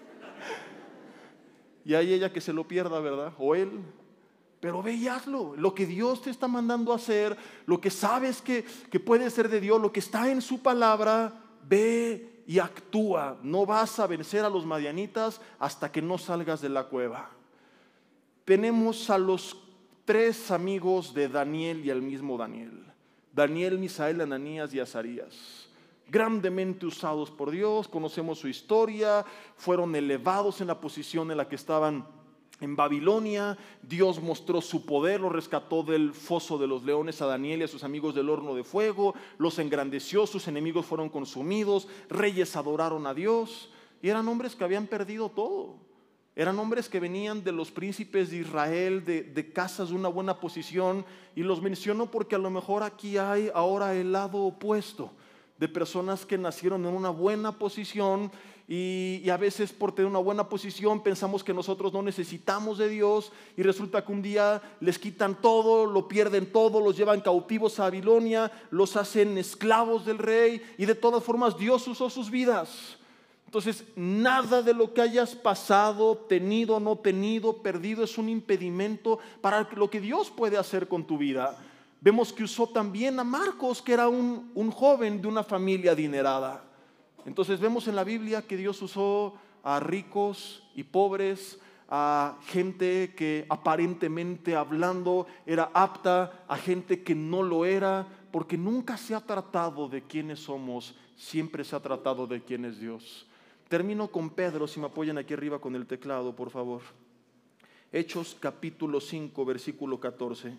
Y hay ella que se lo pierda, ¿verdad? O él. Pero ve y hazlo. Lo que Dios te está mandando a hacer, lo que sabes que, que puede ser de Dios, lo que está en su palabra, ve y actúa. No vas a vencer a los madianitas hasta que no salgas de la cueva. Tenemos a los tres amigos de Daniel y al mismo Daniel. Daniel, Misael, Ananías y Azarías, grandemente usados por Dios, conocemos su historia, fueron elevados en la posición en la que estaban en Babilonia. Dios mostró su poder, los rescató del foso de los leones a Daniel y a sus amigos del horno de fuego, los engrandeció, sus enemigos fueron consumidos, reyes adoraron a Dios, y eran hombres que habían perdido todo. Eran hombres que venían de los príncipes de Israel, de, de casas de una buena posición, y los menciono porque a lo mejor aquí hay ahora el lado opuesto, de personas que nacieron en una buena posición y, y a veces por tener una buena posición pensamos que nosotros no necesitamos de Dios y resulta que un día les quitan todo, lo pierden todo, los llevan cautivos a Babilonia, los hacen esclavos del rey y de todas formas Dios usó sus vidas. Entonces, nada de lo que hayas pasado, tenido, no tenido, perdido es un impedimento para lo que Dios puede hacer con tu vida. Vemos que usó también a Marcos, que era un, un joven de una familia adinerada. Entonces vemos en la Biblia que Dios usó a ricos y pobres, a gente que aparentemente hablando era apta, a gente que no lo era, porque nunca se ha tratado de quiénes somos, siempre se ha tratado de quién es Dios. Termino con Pedro, si me apoyan aquí arriba con el teclado, por favor. Hechos capítulo cinco, versículo catorce.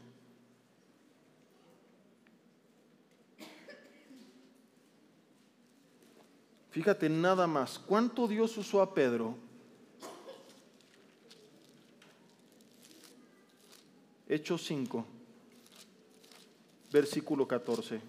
Fíjate nada más, ¿cuánto Dios usó a Pedro? Hechos cinco, versículo catorce.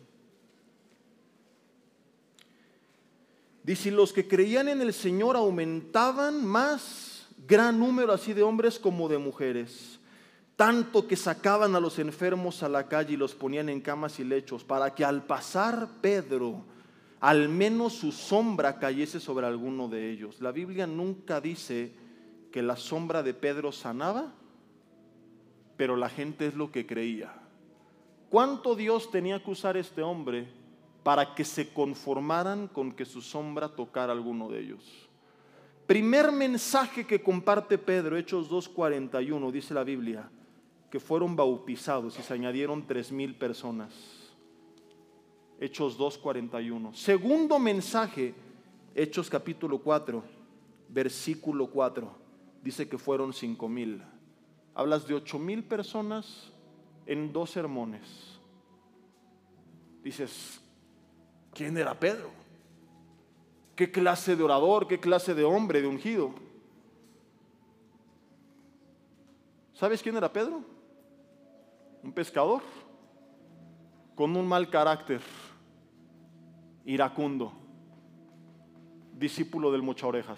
Dice, y los que creían en el Señor aumentaban más, gran número así de hombres como de mujeres, tanto que sacaban a los enfermos a la calle y los ponían en camas y lechos, para que al pasar Pedro, al menos su sombra cayese sobre alguno de ellos. La Biblia nunca dice que la sombra de Pedro sanaba, pero la gente es lo que creía. ¿Cuánto Dios tenía que usar este hombre para que se conformaran con que su sombra tocara a alguno de ellos? Primer mensaje que comparte Pedro, Hechos dos cuarenta y uno, dice la Biblia, que fueron bautizados y se añadieron tres mil personas. Hechos dos cuarenta y uno. Segundo mensaje, Hechos capítulo cuatro, versículo cuatro, dice que fueron cinco mil. Hablas de ocho mil personas en dos sermones. Dices, ¿quién era Pedro? ¿Qué clase de orador, qué clase de hombre, de ungido? ¿Sabes quién era Pedro? Un pescador con un mal carácter, iracundo, discípulo del mocha orejas.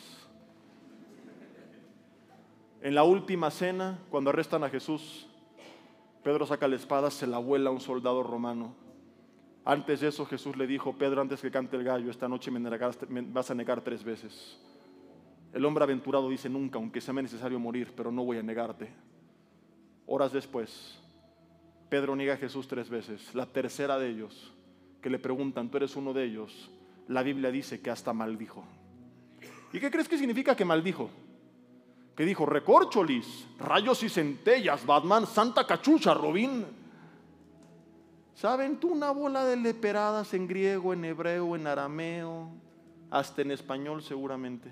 En la última cena, cuando arrestan a Jesús, Pedro saca la espada, se la vuela a un soldado romano. Antes de eso Jesús le dijo: Pedro, antes que cante el gallo, esta noche me, negarás, me vas a negar tres veces. El hombre aventurado dice: nunca, aunque sea necesario morir, pero no voy a negarte. Horas después, Pedro niega a Jesús tres veces. La tercera de ellos, que le preguntan: ¿tú eres uno de ellos? La Biblia dice que hasta maldijo. ¿Y qué crees que significa que maldijo? Que dijo: recorcholis, rayos y centellas, Batman, Santa Cachucha, Robin. ¿Saben tú una bola de leperadas en griego, en hebreo, en arameo, hasta en español seguramente?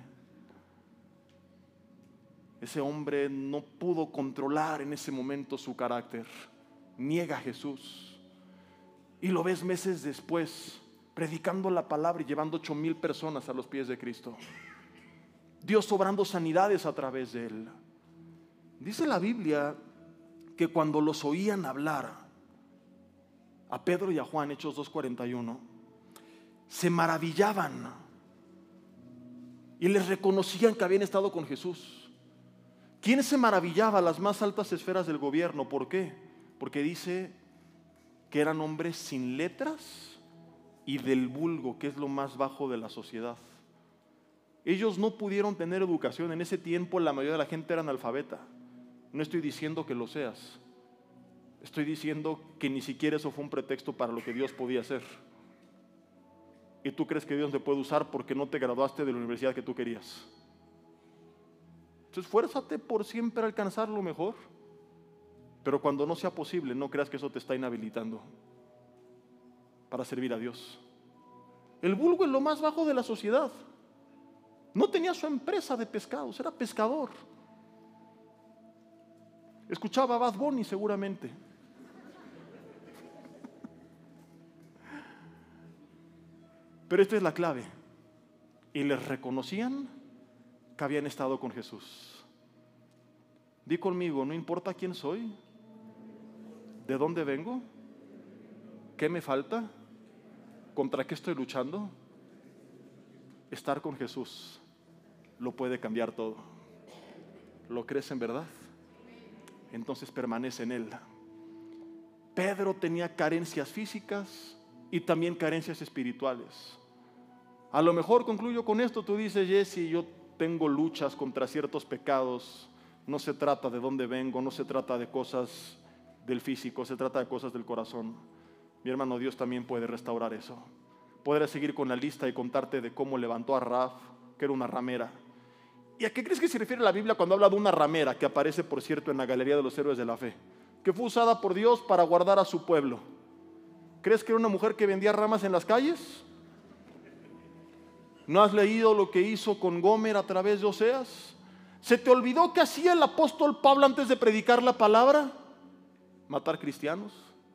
Ese hombre no pudo controlar en ese momento su carácter. Niega a Jesús. Y lo ves meses después, predicando la palabra y llevando ocho mil personas a los pies de Cristo. Dios obrando sanidades a través de él. Dice la Biblia que cuando los oían hablar, a Pedro y a Juan, Hechos dos cuarenta y uno, se maravillaban y les reconocían que habían estado con Jesús. ¿Quién se maravillaba? Las más altas esferas del gobierno. ¿Por qué? Porque dice que eran hombres sin letras y del vulgo, que es lo más bajo de la sociedad. Ellos no pudieron tener educación. En ese tiempo la mayoría de la gente era analfabeta. No estoy diciendo que lo seas. Estoy diciendo que ni siquiera eso fue un pretexto para lo que Dios podía hacer. Y tú crees que Dios te puede usar porque no te graduaste de la universidad que tú querías. Entonces esfuérzate por siempre alcanzar lo mejor. Pero cuando no sea posible, no creas que eso te está inhabilitando para servir a Dios. El vulgo es lo más bajo de la sociedad. No tenía su empresa de pescados, era pescador. Escuchaba a Bad Bunny seguramente. Pero esta es la clave. Y les reconocían que habían estado con Jesús. Di conmigo: no importa quién soy, de dónde vengo, qué me falta, contra qué estoy luchando, estar con Jesús lo puede cambiar todo. ¿Lo crees en verdad? Entonces permanece en Él. Pedro tenía carencias físicas y también carencias espirituales. A lo mejor, concluyo con esto, tú dices: Jesse, yo tengo luchas contra ciertos pecados. No se trata de dónde vengo, no se trata de cosas del físico, se trata de cosas del corazón. Mi hermano, Dios también puede restaurar eso. Podré seguir con la lista y contarte de cómo levantó a Rahab, que era una ramera. ¿Y a qué crees que se refiere la Biblia cuando habla de una ramera, que aparece, por cierto, en la galería de los héroes de la fe, que fue usada por Dios para guardar a su pueblo? ¿Crees que era una mujer que vendía ramas en las calles? ¿No has leído lo que hizo con Gomer a través de Oseas? ¿Se te olvidó qué hacía el apóstol Pablo antes de predicar la palabra? Matar cristianos.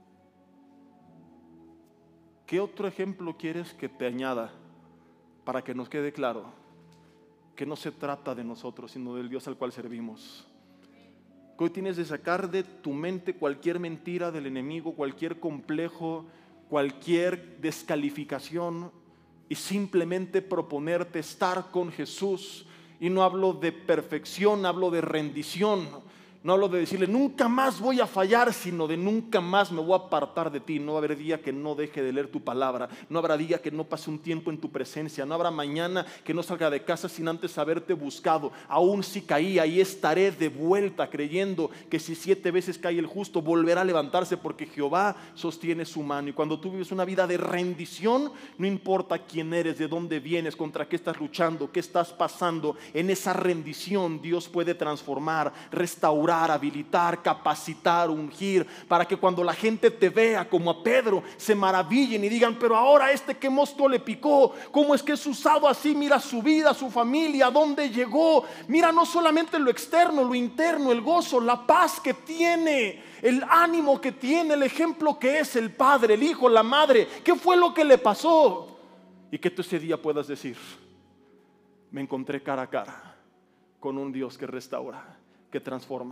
¿Qué otro ejemplo quieres que te añada para que nos quede claro que no se trata de nosotros, sino del Dios al cual servimos? Que hoy tienes de sacar de tu mente cualquier mentira del enemigo, cualquier complejo, cualquier descalificación, y simplemente proponerte estar con Jesús. Y no hablo de perfección, hablo de rendición. No hablo de decirle: nunca más voy a fallar, sino de nunca más me voy a apartar de ti. No va a haber día que no deje de leer tu palabra. No habrá día que no pase un tiempo en tu presencia. No habrá mañana que no salga de casa sin antes haberte buscado. Aún si caí, ahí estaré de vuelta, creyendo que si siete veces cae el justo, volverá a levantarse, porque Jehová sostiene su mano. Y cuando tú vives una vida de rendición, no importa quién eres, de dónde vienes, contra qué estás luchando, qué estás pasando, en esa rendición Dios puede transformar, restaurar, habilitar, capacitar, ungir, para que cuando la gente te vea como a Pedro, se maravillen y digan: pero ahora este qué monstruo le picó, cómo es que es usado así, mira su vida, su familia, dónde llegó, mira no solamente lo externo, lo interno, el gozo, la paz que tiene, el ánimo que tiene, el ejemplo que es el padre, el hijo, la madre. ¿Qué fue lo que le pasó? Y que tú ese día puedas decir: me encontré cara a cara con un Dios que restaura, que transforma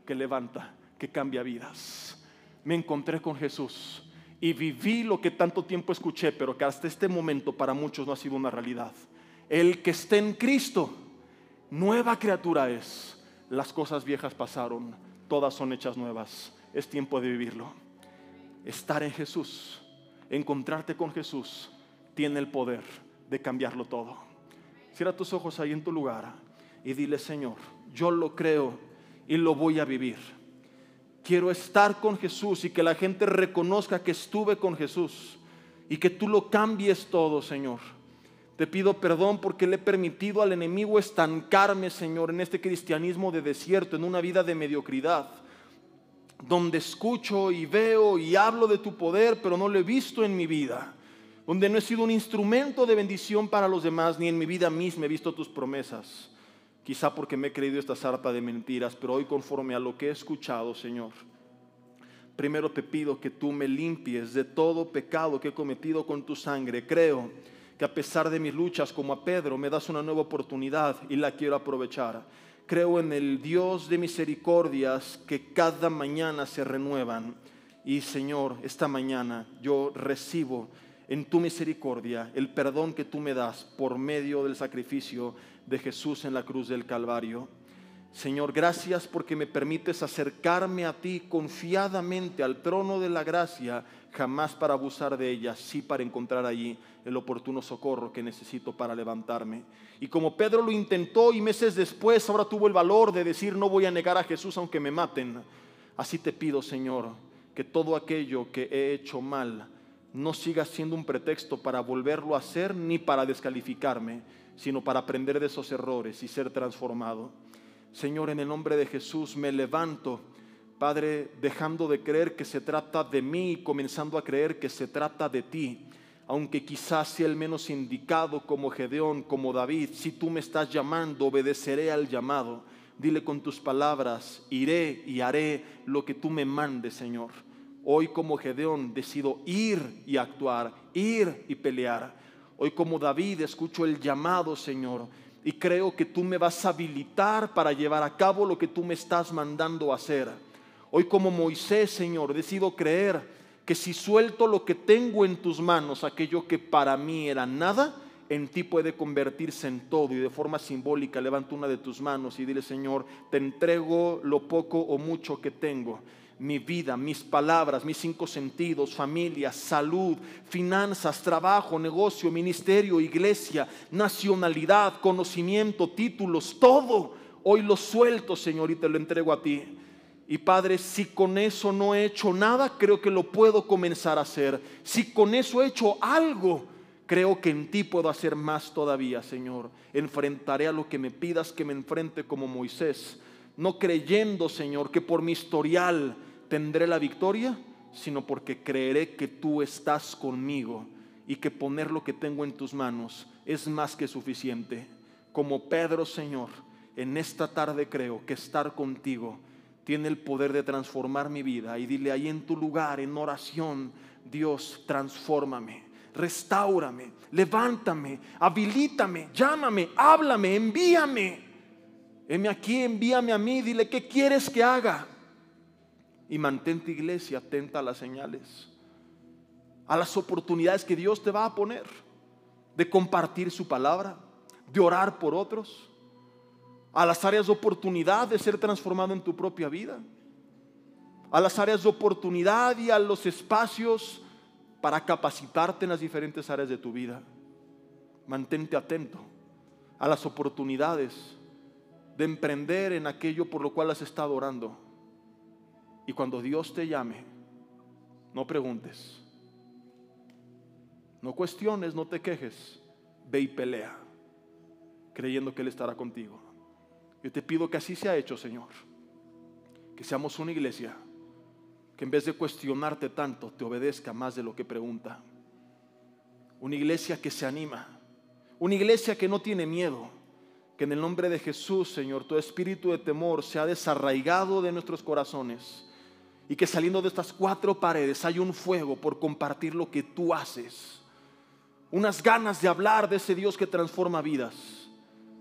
que levanta, que cambia vidas. Me encontré con Jesús y viví lo que tanto tiempo escuché, pero que hasta este momento para muchos no ha sido una realidad. El que esté en Cristo, nueva criatura es. Las cosas viejas pasaron, todas son hechas nuevas. Es tiempo de vivirlo. Estar en Jesús, encontrarte con Jesús, tiene el poder de cambiarlo todo. Cierra tus ojos ahí en tu lugar y dile: Señor, yo lo creo y lo voy a vivir. Quiero estar con Jesús y que la gente reconozca que estuve con Jesús y que tú lo cambies todo, Señor. Te pido perdón porque le he permitido al enemigo estancarme, Señor, en este cristianismo de desierto, en una vida de mediocridad, donde escucho y veo y hablo de tu poder, pero no lo he visto en mi vida, donde no he sido un instrumento de bendición para los demás, ni en mi vida misma he visto tus promesas. Quizá porque me he creído esta sarta de mentiras, pero hoy, conforme a lo que he escuchado, Señor, primero te pido que tú me limpies de todo pecado que he cometido con tu sangre. Creo que a pesar de mis luchas, como a Pedro, me das una nueva oportunidad y la quiero aprovechar. Creo en el Dios de misericordias que cada mañana se renuevan. Y, Señor, esta mañana yo recibo en tu misericordia el perdón que tú me das por medio del sacrificio de Jesús en la cruz del Calvario. Señor, gracias porque me permites acercarme a ti confiadamente al trono de la gracia, jamás para abusar de ella, sí para encontrar allí el oportuno socorro que necesito para levantarme. Y como Pedro lo intentó y meses después ahora tuvo el valor de decir: no voy a negar a Jesús aunque me maten. Así te pido, Señor, que todo aquello que he hecho mal no siga siendo un pretexto para volverlo a hacer ni para descalificarme, sino para aprender de esos errores y ser transformado. Señor, en el nombre de Jesús me levanto, Padre, dejando de creer que se trata de mí y comenzando a creer que se trata de ti. Aunque quizás sea el menos indicado, como Gedeón, como David, si tú me estás llamando, obedeceré al llamado. Dile con tus palabras: iré y haré lo que tú me mandes, Señor. Hoy, como Gedeón, decido ir y actuar, ir y pelear. Hoy, como David, escucho el llamado, Señor, y creo que tú me vas a habilitar para llevar a cabo lo que tú me estás mandando a hacer. Hoy, como Moisés, Señor, decido creer que si suelto lo que tengo en tus manos, aquello que para mí era nada, en ti puede convertirse en todo. Y de forma simbólica levanta una de tus manos y dile: Señor, te entrego lo poco o mucho que tengo. Mi vida, mis palabras, mis cinco sentidos, familia, salud, finanzas, trabajo, negocio, ministerio, iglesia, nacionalidad, conocimiento, títulos, todo. Hoy lo suelto, Señor, y te lo entrego a ti. Y Padre, si con eso no he hecho nada, creo que lo puedo comenzar a hacer. Si con eso he hecho algo, creo que en ti puedo hacer más todavía, Señor. Enfrentaré a lo que me pidas que me enfrente como Moisés, no creyendo, Señor, que por mi historial tendré la victoria, sino porque creeré que tú estás conmigo y que poner lo que tengo en tus manos es más que suficiente. Como Pedro, Señor, en esta tarde creo que estar contigo tiene el poder de transformar mi vida. Y dile ahí en tu lugar, en oración: Dios, transfórmame, restáurame, levántame, habilítame, llámame, háblame, envíame. Heme aquí, envíame a mí. Dile: ¿qué quieres que haga? Y mantén tu iglesia atenta a las señales, a las oportunidades que Dios te va a poner de compartir su palabra, de orar por otros, a las áreas de oportunidad de ser transformado en tu propia vida, a las áreas de oportunidad y a los espacios para capacitarte en las diferentes áreas de tu vida. Mantente atento a las oportunidades de emprender en aquello por lo cual has estado orando. Y cuando Dios te llame, no preguntes, no cuestiones, no te quejes. Ve y pelea, creyendo que Él estará contigo. Yo te pido que así sea hecho, Señor. Que seamos una iglesia que en vez de cuestionarte tanto, te obedezca más de lo que pregunta. Una iglesia que se anima, una iglesia que no tiene miedo. Que en el nombre de Jesús, Señor, todo espíritu de temor se ha desarraigado de nuestros corazones, y que saliendo de estas cuatro paredes hay un fuego por compartir lo que tú haces, unas ganas de hablar de ese Dios que transforma vidas.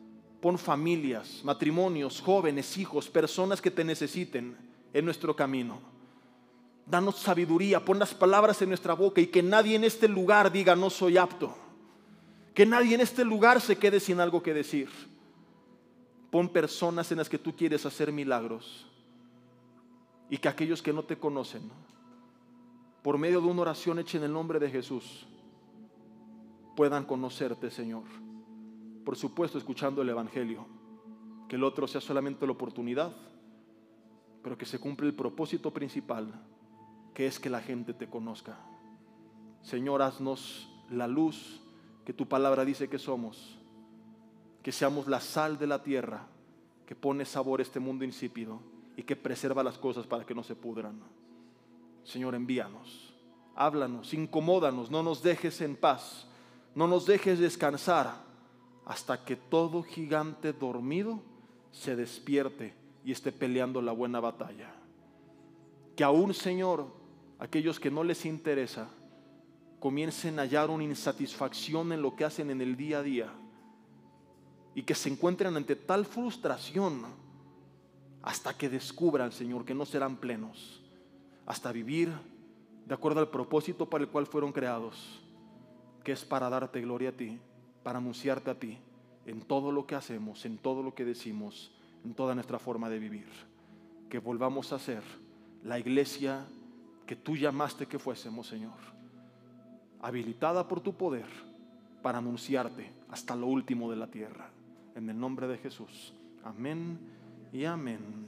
pon familias, matrimonios, jóvenes, hijos, personas que te necesiten en nuestro camino. Danos sabiduría, pon las palabras en nuestra boca y que nadie en este lugar diga no soy apto. Que nadie en este lugar se quede sin algo que decir. Pon personas en las que tú quieres hacer milagros y que aquellos que no te conocen, por medio de una oración hecha en el nombre de Jesús, puedan conocerte, Señor. Por supuesto, escuchando el Evangelio, que el otro sea solamente la oportunidad, pero que se cumpla el propósito principal, que es que la gente te conozca. Señor, haznos la luz que tu palabra dice que somos, que seamos la sal de la tierra, que pone sabor a este mundo insípido y que preserva las cosas para que no se pudran. Señor, envíanos, háblanos, incomódanos, no nos dejes en paz, no nos dejes descansar hasta que todo gigante dormido se despierte y esté peleando la buena batalla. Que aún, Señor, aquellos que no les interesa comiencen a hallar una insatisfacción en lo que hacen en el día a día y que se encuentren ante tal frustración hasta que descubran, Señor, que no serán plenos, hasta vivir de acuerdo al propósito para el cual fueron creados, que es para darte gloria a ti, para anunciarte a ti en todo lo que hacemos, en todo lo que decimos, en toda nuestra forma de vivir. Que volvamos a ser la iglesia que tú llamaste que fuésemos, Señor, habilitada por tu poder para anunciarte hasta lo último de la tierra. En el nombre de Jesús. Amén y amén.